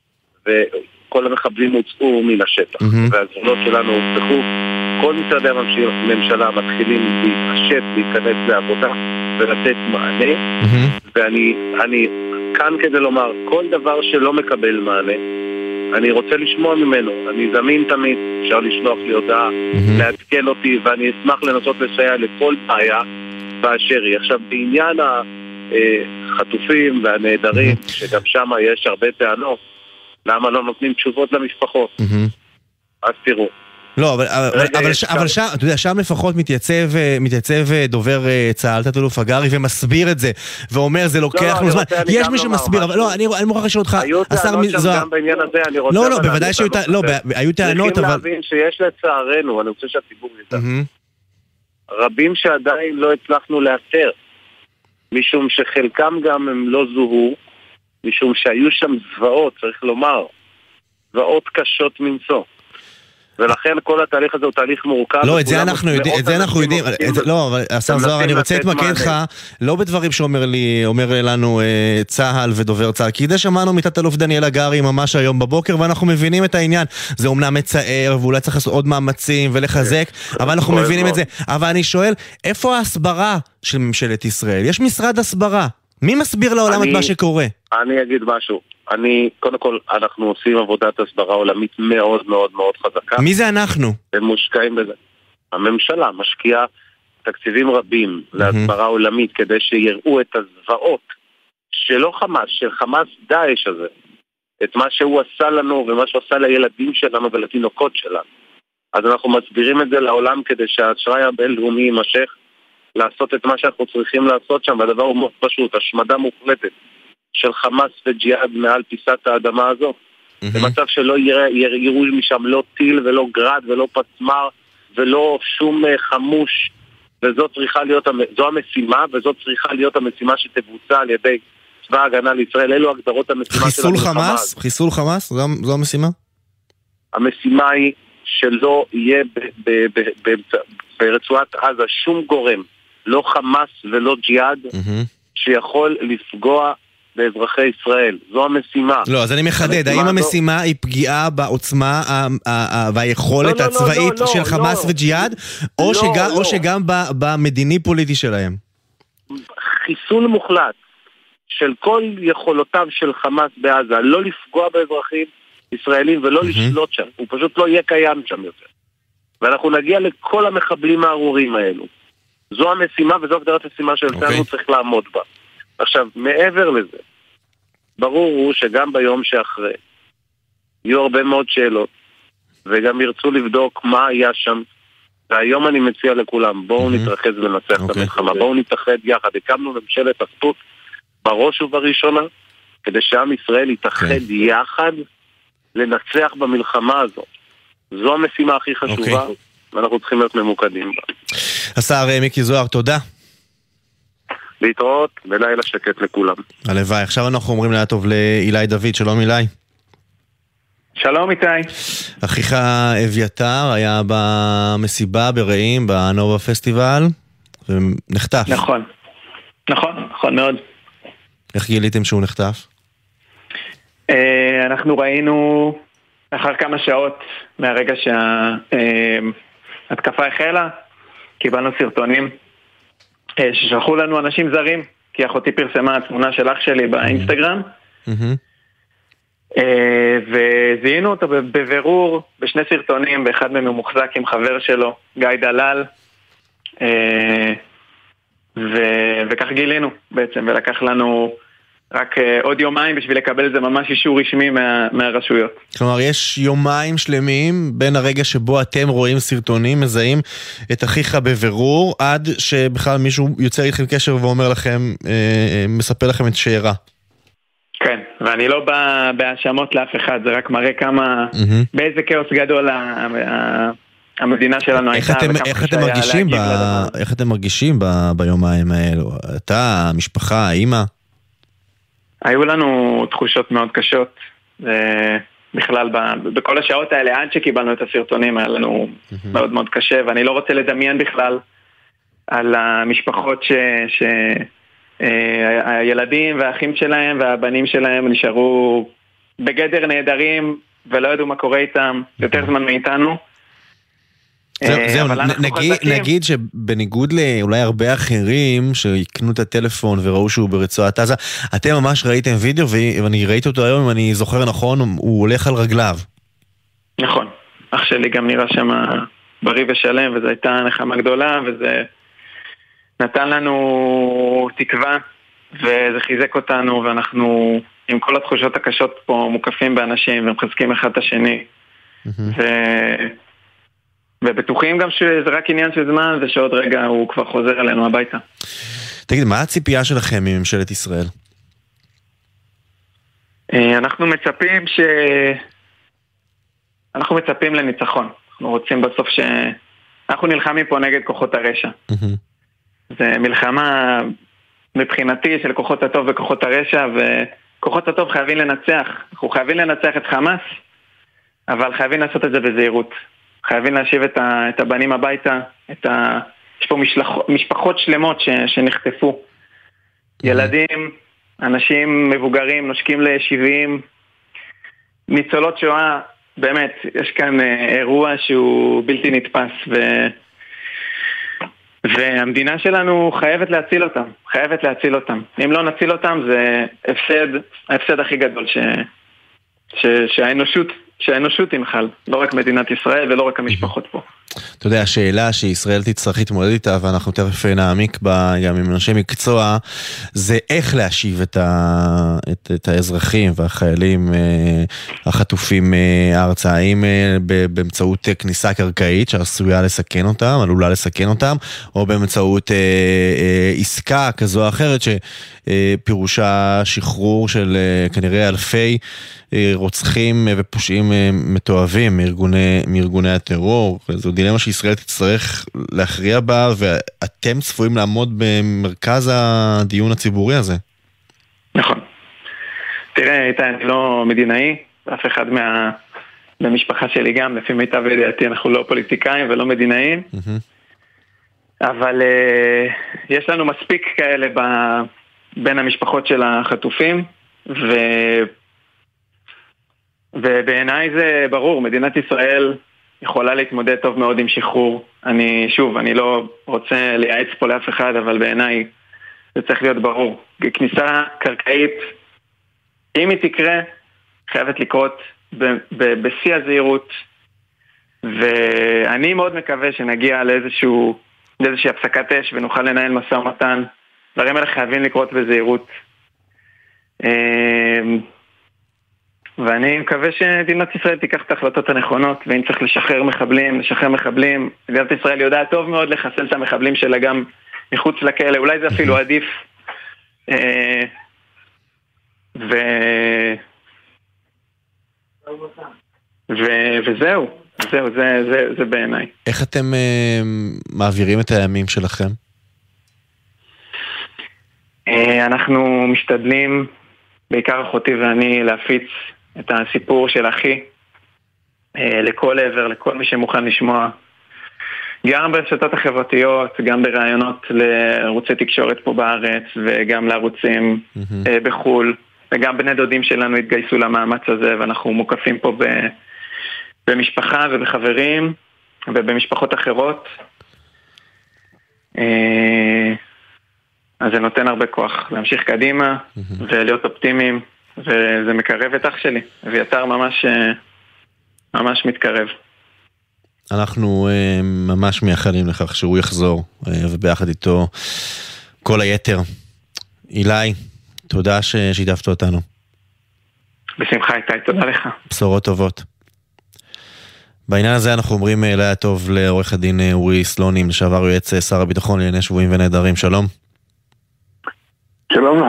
S11: וכל המחבלים הוצאו מן השטח, mm-hmm. והגבולות שלנו הוצחו, כל משרדי הממשלה מתחילים להתעשת, להיכנס לעבודה ולתת מענה, mm-hmm. ואני אני כאן כדי לומר, כל דבר שלא מקבל מענה, אני רוצה לשמוע ממנו, אני זמין תמיד, אפשר לשלוח לי הודעה, mm-hmm. להתקל אותי, ואני אשמח לנסות לסייע לכל בעיה באשר היא. עכשיו, בעניין החטופים והנהדרים, mm-hmm. שגם שם יש הרבה טענות, למה לא נותנים תשובות למשפחות? Mm-hmm. אז תראו.
S6: לא, אבל, אבל, אבל, אבל שם, אתה יודע, שם לפחות מתייצב, מתייצב דובר צה"ל, תת-אלוף הגרי, ומסביר את זה, ואומר, זה לוקח לו זמן. יש מי שמסביר, אבל לא, אני מוכרח לשאול אותך,
S11: השר מזוהר. גם בעניין הזה, אני רוצה...
S6: לא, לא, בוודאי שהיו טענות, אבל...
S11: צריכים להבין שיש לצערנו, אני רוצה שהציבור ידע, רבים שעדיין לא הצלחנו לאתר, משום שחלקם גם הם לא זוהו, משום שהיו שם זוועות, צריך לומר, זוועות קשות מנשוא. ולכן כל התהליך הזה הוא תהליך מורכב.
S6: לא, את זה אנחנו יודעים, את זה אנחנו יודעים. לא, אבל השר זוהר, אני רוצה להתמקד לך, לא בדברים שאומר לי, אומר לנו צה"ל ודובר צה"ל, כי זה שמענו מתת-אלוף דניאל הגרי ממש היום בבוקר, ואנחנו מבינים את העניין. זה אומנם מצער, ואולי צריך לעשות עוד מאמצים ולחזק, אבל אנחנו מבינים את זה. אבל אני שואל, איפה ההסברה של ממשלת ישראל? יש משרד הסברה. מי מסביר לעולם את מה שקורה?
S11: אני אגיד משהו. אני, קודם כל, אנחנו עושים עבודת הסברה עולמית מאוד מאוד מאוד חזקה.
S6: מי זה אנחנו?
S11: ומושקעים בזה. הממשלה משקיעה תקציבים רבים להסברה עולמית כדי שיראו את הזוועות שלא חמאס, של חמאס דאעש הזה, את מה שהוא עשה לנו ומה שהוא עשה לילדים שלנו ולתינוקות שלנו. אז אנחנו מסבירים את זה לעולם כדי שהאשראי הבינלאומי יימשך לעשות את מה שאנחנו צריכים לעשות שם, והדבר הוא מאוד פשוט, השמדה מוחלטת של חמאס וג'יהאד מעל פיסת האדמה הזו, במצב שלא יראו משם לא טיל ולא גרד ולא פצמר ולא שום חמוש, וזו צריכה להיות, זו המשימה, וזו צריכה להיות המשימה שתבוצע על ידי צבא ההגנה לישראל, אלו הגדרות המשימה של המלחמה.
S6: חיסול חמאס? חיסול חמאס? זו, זו המשימה?
S11: המשימה היא שלא יהיה ב- ב- ב- באמצע, ברצועת עזה שום גורם, לא חמאס ולא ג'יהאד, mm-hmm. שיכול לפגוע באזרחי ישראל. זו המשימה.
S6: לא, אז אני מחדד, האם המשימה היא פגיעה בעוצמה והיכולת הצבאית של חמאס וג'יהאד, או שגם במדיני-פוליטי שלהם?
S11: חיסול מוחלט של כל יכולותיו של חמאס בעזה, לא לפגוע באזרחים ישראלים ולא לשלוט שם. הוא פשוט לא יהיה קיים שם יותר. ואנחנו נגיע לכל המחבלים הארורים האלו. זו המשימה וזו הגדרת המשימה שלנו צריך לעמוד בה. עכשיו, מעבר לזה, ברור הוא שגם ביום שאחרי יהיו הרבה מאוד שאלות, וגם ירצו לבדוק מה היה שם, והיום אני מציע לכולם, בואו נתרכז לנצח את המלחמה, בואו נתאחד יחד, הקמנו ממשלת אחדות בראש ובראשונה, כדי שעם ישראל יתאחד יחד לנצח במלחמה הזאת. זו המשימה הכי חשובה, ואנחנו צריכים להיות ממוקדים בה.
S6: השר מיקי זוהר, תודה.
S11: להתראות ולילה שקט לכולם.
S6: הלוואי. עכשיו אנחנו אומרים לה טוב לאילי דוד. שלום אילי.
S12: שלום איתי.
S6: אחיך אביתר היה במסיבה ברעים, בנובה פסטיבל, ונחטף.
S12: נכון. נכון, נכון מאוד.
S6: איך גיליתם שהוא נחטף?
S12: אנחנו ראינו אחר כמה שעות מהרגע שההתקפה החלה, קיבלנו סרטונים ששלחו לנו אנשים זרים, כי אחותי פרסמה תמונה של אח שלי באינסטגרם, וזיהינו אותו בבירור בשני סרטונים, באחד מהם הוא מוחזק עם חבר שלו, גיא דלל, וכך גילינו בעצם, ולקח לנו רק עוד יומיים בשביל לקבל את זה ממש אישור רשמי מה, מהרשויות.
S6: כלומר, יש יומיים שלמים בין הרגע שבו אתם רואים סרטונים, מזהים את אחיך בבירור, עד שבכלל מישהו יוצר איתכם קשר ואומר לכם, אה, מספר לכם את שאירה.
S12: כן, ואני לא בא בהאשמות לאף אחד, זה רק מראה כמה, mm-hmm. באיזה כאוס גדול ה, ה, המדינה שלנו
S6: איך
S12: הייתה.
S6: אתם, איך אתם מרגישים, ב, איך אתם מרגישים ב, ביומיים האלו? אתה, המשפחה, האמא?
S12: היו לנו תחושות מאוד קשות, בכלל בכל השעות האלה, עד שקיבלנו את הסרטונים, היה לנו מאוד מאוד קשה, ואני לא רוצה לדמיין בכלל על המשפחות שהילדים והאחים שלהם והבנים שלהם נשארו בגדר נהדרים, ולא ידעו מה קורה איתם, יותר זמן מאיתנו.
S6: זהו, נגיד שבניגוד לאולי הרבה אחרים שיקנו את הטלפון וראו שהוא ברצועת עזה, אתם ממש ראיתם וידאו, ואני ראיתי אותו היום, אם אני זוכר נכון, הוא הולך על רגליו.
S12: נכון, אח שלי גם נראה שם בריא ושלם, וזו הייתה נחמה גדולה, וזה נתן לנו תקווה, וזה חיזק אותנו, ואנחנו עם כל התחושות הקשות פה מוקפים באנשים, ומחזקים אחד את השני. ו... ובטוחים גם שזה רק עניין של זמן, ושעוד רגע הוא כבר חוזר אלינו הביתה.
S6: תגיד, מה הציפייה שלכם מממשלת ישראל?
S12: אנחנו מצפים ש... אנחנו מצפים לניצחון. אנחנו רוצים בסוף ש... אנחנו נלחמים פה נגד כוחות הרשע. זה מלחמה מבחינתי של כוחות הטוב וכוחות הרשע, וכוחות הטוב חייבים לנצח. אנחנו חייבים לנצח את חמאס, אבל חייבים לעשות את זה בזהירות. חייבים להשיב את, ה, את הבנים הביתה, את ה, יש פה משלח, משפחות שלמות ש, שנחטפו. ילדים, אנשים מבוגרים, נושקים ל-שבעים, ניצולות שואה, באמת, יש כאן אירוע שהוא בלתי נתפס, ו, והמדינה שלנו חייבת להציל אותם, חייבת להציל אותם. אם לא נציל אותם, זה הפסד, ההפסד הכי גדול ש, ש, שהאנושות, שהאנושות תנחל, לא רק מדינת ישראל ולא רק המשפחות פה.
S6: אתה יודע, השאלה שישראל תצטרך להתמודד איתה, ואנחנו תכף נעמיק בה גם עם אנשי מקצוע, זה איך להשיב את, ה... את, את האזרחים והחיילים החטופים הארצה, האם באמצעות כניסה קרקעית שעשויה לסכן אותם, עלולה לסכן אותם, או באמצעות עסקה כזו או אחרת שפירושה שחרור של כנראה אלפי רוצחים ופושעים מתועבים מארגוני, מארגוני הטרור. זו דילמה שישראל תצטרך להכריע בה, ואתם צפויים לעמוד במרכז הדיון הציבורי הזה.
S12: נכון. תראה, איתי, אני לא מדינאי, אף אחד מה... במשפחה שלי גם, לפי מיטב ידיעתי, אנחנו לא פוליטיקאים ולא מדינאים, אבל uh, יש לנו מספיק כאלה ב... בין המשפחות של החטופים, ו... ובעיניי זה ברור, מדינת ישראל יכולה להתמודד טוב מאוד עם שחרור. אני, שוב, אני לא רוצה לייעץ פה לאף אחד, אבל בעיניי זה צריך להיות ברור. כניסה קרקעית, אם היא תקרה, חייבת לקרות בשיא הזהירות, ואני מאוד מקווה שנגיע לאיזשהו, לאיזושהי הפסקת אש ונוכל לנהל משא ומתן. דברים האלה חייבים לקרות בזהירות. ואני מקווה שמדינת ישראל תיקח את ההחלטות הנכונות, ואם צריך לשחרר מחבלים, לשחרר מחבלים. מדינת ישראל יודעת טוב מאוד לחסל את המחבלים שלה גם מחוץ לכלא, אולי זה אפילו עדיף. ו... ו... וזהו, זהו, זה, זה, זה בעיניי.
S6: איך אתם uh, מעבירים את הימים שלכם?
S12: Uh, אנחנו משתדלים, בעיקר אחותי ואני, להפיץ את הסיפור של אחי uh, לכל עבר, לכל מי שמוכן לשמוע, גם ברשתות החברתיות, גם ברעיונות לערוצי תקשורת פה בארץ, וגם לערוצים mm-hmm. uh, בחול. וגם בני דודים שלנו התגייסו למאמץ הזה, ואנחנו מוקפים פה ב, במשפחה ובחברים ובמשפחות אחרות. אז זה נותן הרבה כוח להמשיך קדימה ולהיות אופטימיים, וזה מקרב את אח שלי. אביתר ממש, ממש מתקרב.
S6: אנחנו ממש מייחלים לכך שהוא יחזור, וביחד איתו כל היתר. אילי, תודה ששיתפת אותנו.
S12: בשמחה, איתי, תודה לך.
S6: בשורות טובות. בעניין הזה אנחנו אומרים לילה טוב לעורך הדין אורי סלונים, לשעבר יועץ שר הביטחון לענייני שבויים ונעדרים. שלום.
S13: שלום לך.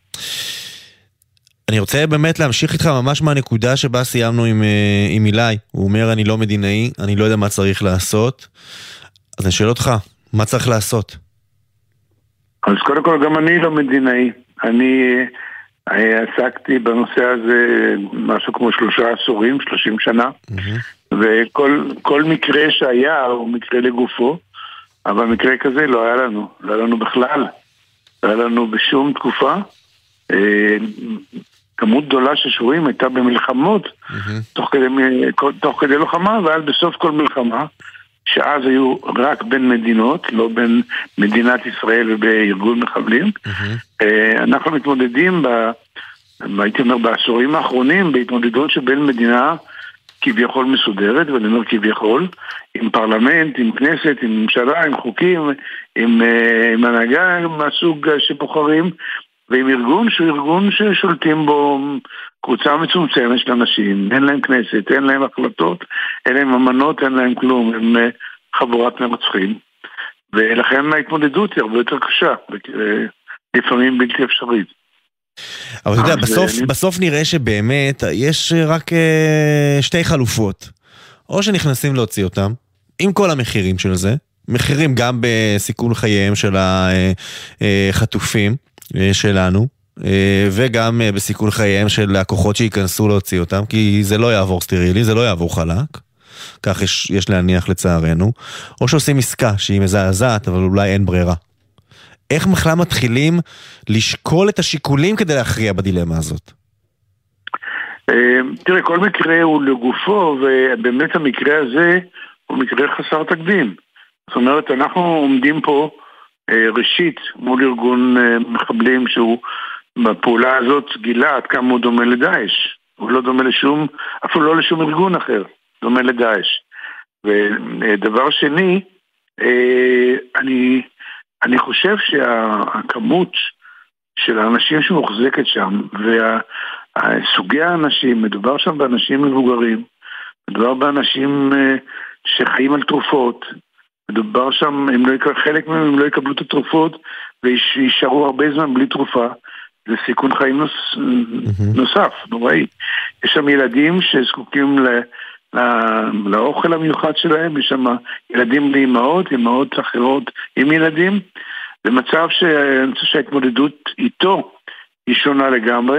S6: אני רוצה באמת להמשיך איתך ממש מהנקודה שבה סיימנו עם, עם אילי. הוא אומר, אני לא מדינאי, אני לא יודע מה צריך לעשות. אז אני שואל אותך, מה צריך לעשות?
S13: אז קודם כל, גם אני לא מדינאי. אני עסקתי בנושא הזה משהו כמו שלושה עשורים, שלושים שנה, mm-hmm. וכל כל מקרה שהיה הוא מקרה לגופו, אבל מקרה כזה לא היה לנו, לא היה לנו בכלל, לא היה לנו בשום תקופה. כמות גדולה של שבויים הייתה במלחמות, mm-hmm. תוך כדי, תוך כדי לוחמה, ועל בסוף כל מלחמה, שאז היו רק בין מדינות, לא בין מדינת ישראל ובארגון מחבלים. Mm-hmm. אנחנו מתמודדים, ב, הייתי אומר, בעשורים האחרונים, בהתמודדות שבין מדינה כביכול מסודרת, ואני אומר כביכול, עם פרלמנט, עם כנסת, עם ממשלה, עם חוקים, עם, עם הנהגה מהסוג שבוחרים, ועם ארגון שהוא ארגון ששולטים בו קבוצה מצומצמת של אנשים, אין להם כנסת, אין להם החלטות, אין להם אמנות, אין להם כלום, הם חבורת מרצחים, ולכן ההתמודדות היא הרבה יותר קשה, לפעמים בלתי אפשרית.
S6: אבל אתה יודע, בסוף, בסוף נראה שבאמת יש רק שתי חלופות, או שנכנסים להוציא אותם, עם כל המחירים של זה, מחירים גם בסיכון חייהם של החטופים שלנו, וגם בסיכון חייהם של הכוחות שייכנסו להוציא אותם, כי זה לא יעבור סטרילי, זה לא יעבור חלק, כך יש, יש להניח לצערנו, או שעושים עסקה שהיא מזעזעת, אבל אולי אין ברירה. איך בכלל מתחילים לשקול את השיקולים כדי להכריע בדילמה הזאת?
S13: תראה, כל מקרה הוא לגופו, ובאמת המקרה הזה הוא מקרה חסר תקדים. זאת אומרת, אנחנו עומדים פה ראשית מול ארגון מחבלים שהוא בפעולה הזאת גילה עד כמה הוא דומה לדאעש. הוא לא דומה לשום, אפילו לא לשום ארגון אחר, דומה לדאעש. ודבר שני, אני, אני חושב שהכמות של האנשים שמוחזקת שם, והסוגי האנשים, מדובר שם באנשים מבוגרים, מדובר באנשים שחיים על תרופות, מדובר שם, הם לא יקבל, חלק מהם הם לא יקבלו את התרופות וישארו הרבה זמן בלי תרופה. זה סיכון חיים נוס, mm-hmm. נוסף, נוראי. יש שם ילדים שזקוקים ל, ל, לאוכל המיוחד שלהם, יש שם ילדים לאמהות, אמהות אחרות עם ילדים. זה מצב שאני חושב שההתמודדות איתו היא שונה לגמרי,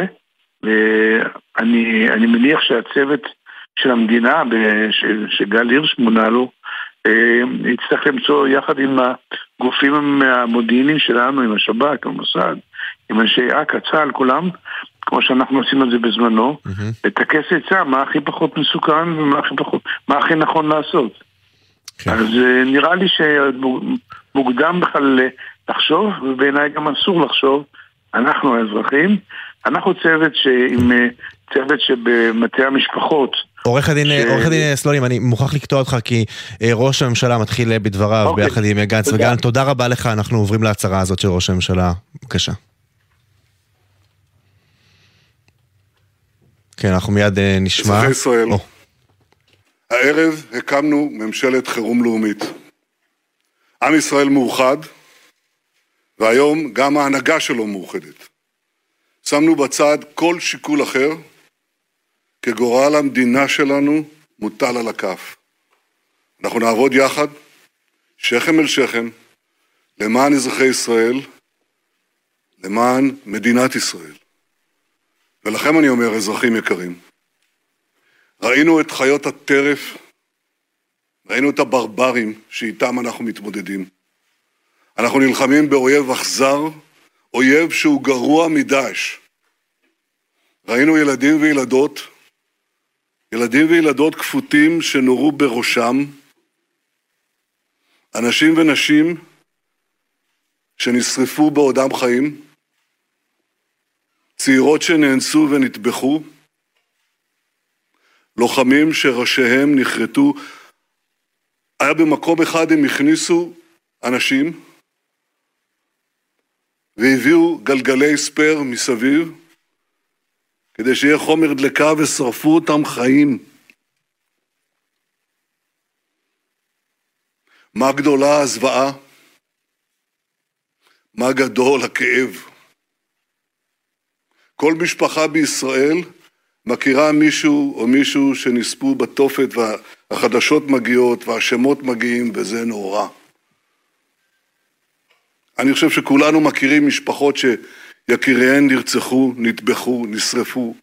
S13: ואני אני מניח שהצוות של המדינה, שגל הירש מונה לו, יצטרך למצוא יחד עם הגופים המודיעיניים שלנו, עם השב"כ, המוסד, עם אנשי אכ"א, צה"ל, כולם, כמו שאנחנו עושים את זה בזמנו, לטכס עצה מה הכי פחות מסוכן ומה הכי פחות, מה הכי נכון לעשות. אז נראה לי שמוקדם בכלל לחשוב, ובעיניי גם אסור לחשוב, אנחנו האזרחים, אנחנו צוות עם צוות שבמטה המשפחות.
S6: עורך הדין, עורך הדין סלונים, אני מוכרח לקטוע אותך כי ראש הממשלה מתחיל בדבריו ביחד עם גנץ וגלנט. תודה רבה לך, אנחנו עוברים להצהרה הזאת של ראש הממשלה. בבקשה. כן, אנחנו מיד נשמע.
S14: אזרחי ישראל, הערב הקמנו ממשלת חירום לאומית. עם ישראל מאוחד, והיום גם ההנהגה שלו מאוחדת. שמנו בצד כל שיקול אחר, כגורל המדינה שלנו מוטל על הכף. אנחנו נעבוד יחד, שכם אל שכם, למען אזרחי ישראל, למען מדינת ישראל. ולכם אני אומר, אזרחים יקרים, ראינו את חיות הטרף, ראינו את הברברים שאיתם אנחנו מתמודדים. אנחנו נלחמים באויב אכזר, אויב שהוא גרוע מדאעש. ראינו ילדים וילדות, ילדים וילדות כפותים שנורו בראשם, אנשים ונשים שנשרפו בעודם חיים, צעירות שנאנסו ונטבחו, לוחמים שראשיהם נחרטו. היה במקום אחד הם הכניסו אנשים והביאו גלגלי ספר מסביב כדי שיהיה חומר דלקה ושרפו אותם חיים. מה גדולה הזוועה? מה גדול הכאב? כל משפחה בישראל מכירה מישהו או מישהו שנספו בתופת והחדשות מגיעות והשמות מגיעים וזה נורא. אני חושב שכולנו מכירים משפחות שיקיריהן נרצחו, נטבחו, נשרפו.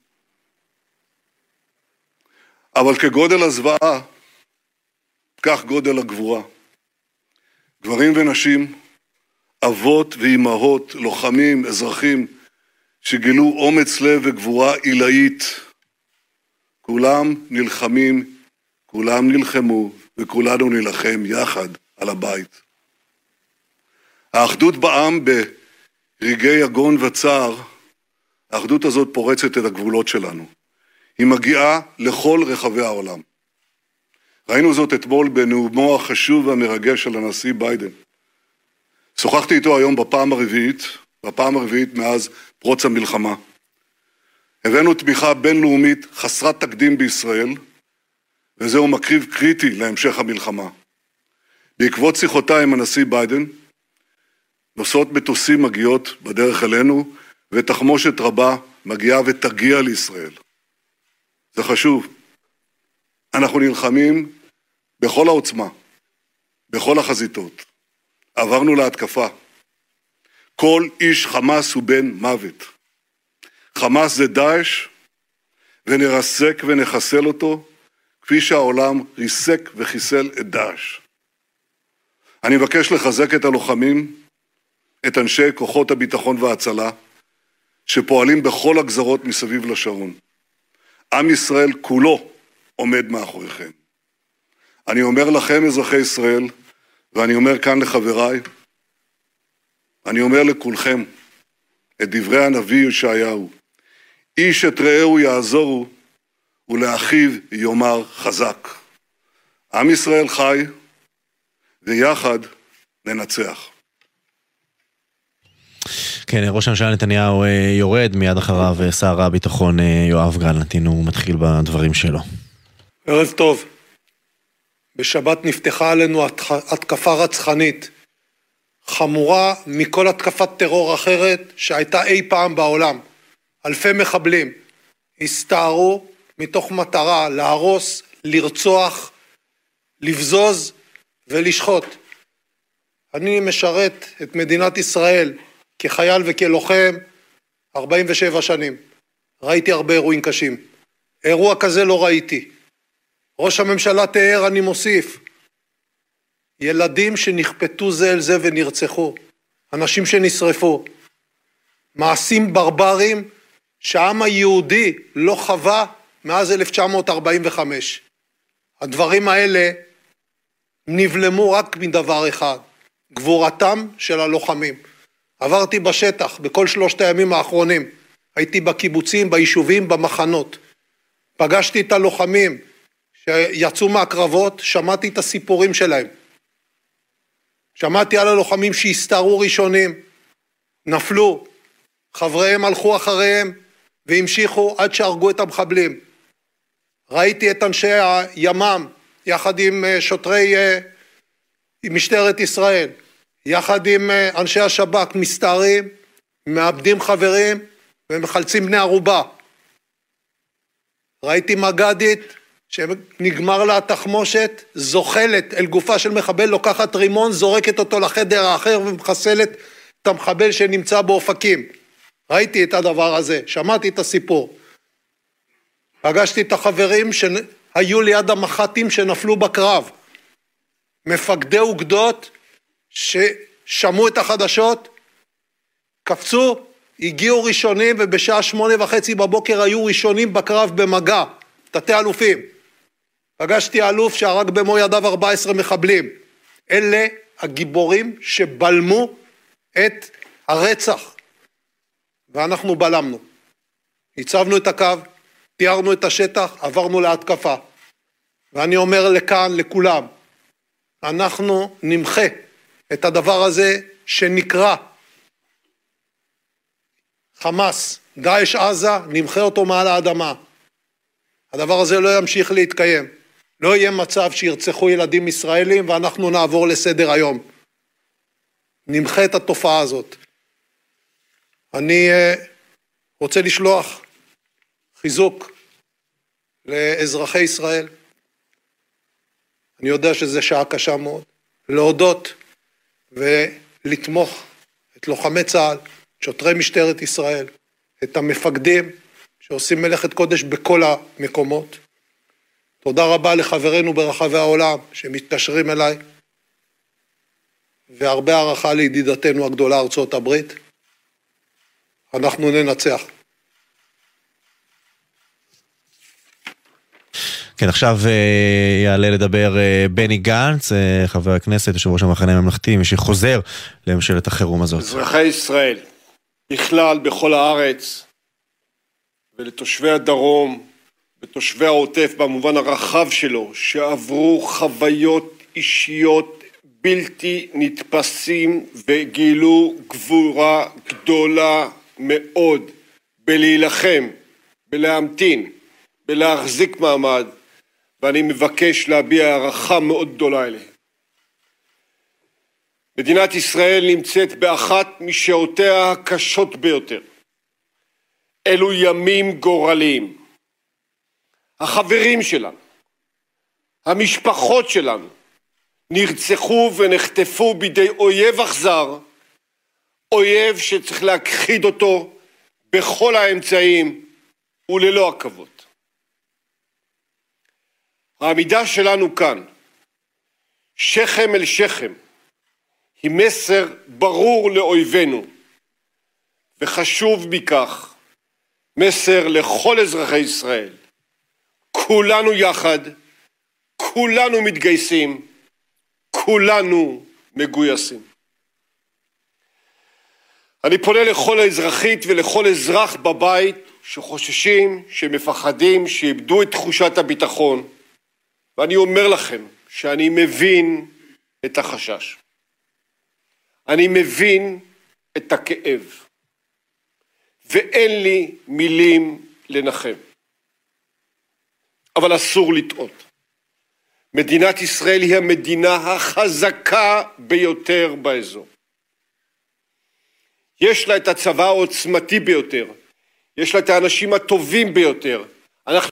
S14: אבל כגודל הזוועה, כך גודל הגבורה. גברים ונשים, אבות ואימהות, לוחמים, אזרחים, שגילו אומץ לב וגבורה עילאית. כולם נלחמים, כולם נלחמו, וכולנו נלחם יחד על הבית. האחדות בעם ברגעי יגון וצער, האחדות הזאת פורצת את הגבולות שלנו. היא מגיעה לכל רחבי העולם. ראינו זאת אתמול בנאומו החשוב והמרגש של הנשיא ביידן. שוחחתי איתו היום בפעם הרביעית, בפעם הרביעית מאז פרוץ המלחמה. הבאנו תמיכה בינלאומית חסרת תקדים בישראל, וזהו מקריב קריטי להמשך המלחמה. בעקבות שיחותיי עם הנשיא ביידן, נוסעות מטוסים מגיעות בדרך אלינו, ותחמושת רבה מגיעה ותגיע לישראל. זה חשוב. אנחנו נלחמים בכל העוצמה, בכל החזיתות. עברנו להתקפה. כל איש חמאס הוא בן מוות. חמאס זה דאעש, ונרסק ונחסל אותו, כפי שהעולם ריסק וחיסל את דאעש. אני מבקש לחזק את הלוחמים, את אנשי כוחות הביטחון וההצלה, שפועלים בכל הגזרות מסביב לשרון. עם ישראל כולו עומד מאחוריכם. אני אומר לכם, אזרחי ישראל, ואני אומר כאן לחבריי, אני אומר לכולכם את דברי הנביא ישעיהו, איש את רעהו יעזורו ולאחיו יאמר חזק. עם ישראל חי ויחד ננצח.
S6: כן, ראש הממשלה נתניהו יורד, מיד אחריו שר הביטחון יואב גלנט, הוא מתחיל בדברים שלו.
S15: ערב טוב. בשבת נפתחה עלינו התקפה רצחנית, חמורה מכל התקפת טרור אחרת שהייתה אי פעם בעולם. אלפי מחבלים הסתערו מתוך מטרה להרוס, לרצוח, לבזוז ולשחוט. אני משרת את מדינת ישראל כחייל וכלוחם, ארבעים ושבע שנים. ראיתי הרבה אירועים קשים. אירוע כזה לא ראיתי. ראש הממשלה תיאר, אני מוסיף, ילדים שנכפתו זה אל זה ונרצחו, אנשים שנשרפו, מעשים ברברים שהעם היהודי לא חווה מאז אלף תשע מאות ארבעים וחמש. הדברים האלה נבלמו רק מדבר אחד, גבורתם של הלוחמים. עברתי בשטח בכל שלושת הימים האחרונים, הייתי בקיבוצים, ביישובים, במחנות. פגשתי את הלוחמים שיצאו מהקרבות, שמעתי את הסיפורים שלהם. שמעתי על הלוחמים שהסתערו ראשונים, נפלו, חבריהם הלכו אחריהם והמשיכו עד שהרגו את המחבלים. ראיתי את אנשי הימ"מ יחד עם שוטרי עם משטרת ישראל, יחד עם אנשי השב"כ מסתערים, מאבדים חברים ומחלצים בני ערובה. ראיתי מג"דית שנגמר לה התחמושת, זוחלת אל גופה של מחבל, לוקחת רימון, זורקת אותו לחדר האחר ומחסלת את המחבל שנמצא באופקים. ראיתי את הדבר הזה, שמעתי את הסיפור. פגשתי את החברים שהיו ליד המח"טים שנפלו בקרב. מפקדי אוגדות ששמעו את החדשות, קפצו, הגיעו ראשונים, ובשעה שמונה וחצי בבוקר היו ראשונים בקרב במגע, תתי אלופים. פגשתי אלוף שהרג במו ידיו ארבעה עשר מחבלים. אלה הגיבורים שבלמו את הרצח, ואנחנו בלמנו. הצבנו את הקו, תיארנו את השטח, עברנו להתקפה. ואני אומר לכאן, לכולם, אנחנו נמחה את הדבר הזה שנקרא חמאס, דאעש עזה, נמחה אותו מעל האדמה. הדבר הזה לא ימשיך להתקיים. לא יהיה מצב שירצחו ילדים ישראלים ואנחנו נעבור לסדר היום. נמחה את התופעה הזאת. אני רוצה לשלוח חיזוק לאזרחי ישראל. אני יודע שזה שעה קשה מאוד. להודות ולתמוך את לוחמי צה"ל, שוטרי משטרת ישראל, את המפקדים שעושים מלאכת קודש בכל המקומות. תודה רבה לחברינו ברחבי העולם שמתקשרים אליי, והרבה הערכה לידידתנו הגדולה ארצות הברית. אנחנו ננצח.
S6: כן, עכשיו יעלה לדבר בני גנץ, חבר הכנסת, יושב ראש המחנה הממלכתי, מי שחוזר לממשלת החירום הזאת.
S16: אזרחי ישראל, בכלל בכל הארץ, ולתושבי הדרום, ותושבי העוטף במובן הרחב שלו, שעברו חוויות אישיות בלתי נתפסים וגילו גבורה גדולה מאוד בלהילחם, בלהמתין, בלהחזיק מעמד, ואני מבקש להביע הערכה מאוד גדולה אליהם. מדינת ישראל נמצאת באחת משעותיה הקשות ביותר. אלו ימים גורליים. החברים שלנו, המשפחות שלנו, נרצחו ונחטפו בידי אויב אכזר, אויב שצריך להכחיד אותו בכל האמצעים וללא עכבות. העמידה שלנו כאן, שכם אל שכם, היא מסר ברור לאויבינו, וחשוב מכך, מסר לכל אזרחי ישראל. כולנו יחד, כולנו מתגייסים, כולנו מגויסים. אני פונה לכל האזרחית ולכל אזרח בבית שחוששים, שמפחדים, שאיבדו את תחושת הביטחון. ואני אומר לכם שאני מבין את החשש. אני מבין את הכאב. ואין לי מילים לנחם. אבל אסור לטעות. מדינת ישראל היא המדינה החזקה ביותר באזור. יש לה את הצבא העוצמתי ביותר. יש לה את האנשים הטובים ביותר. אנחנו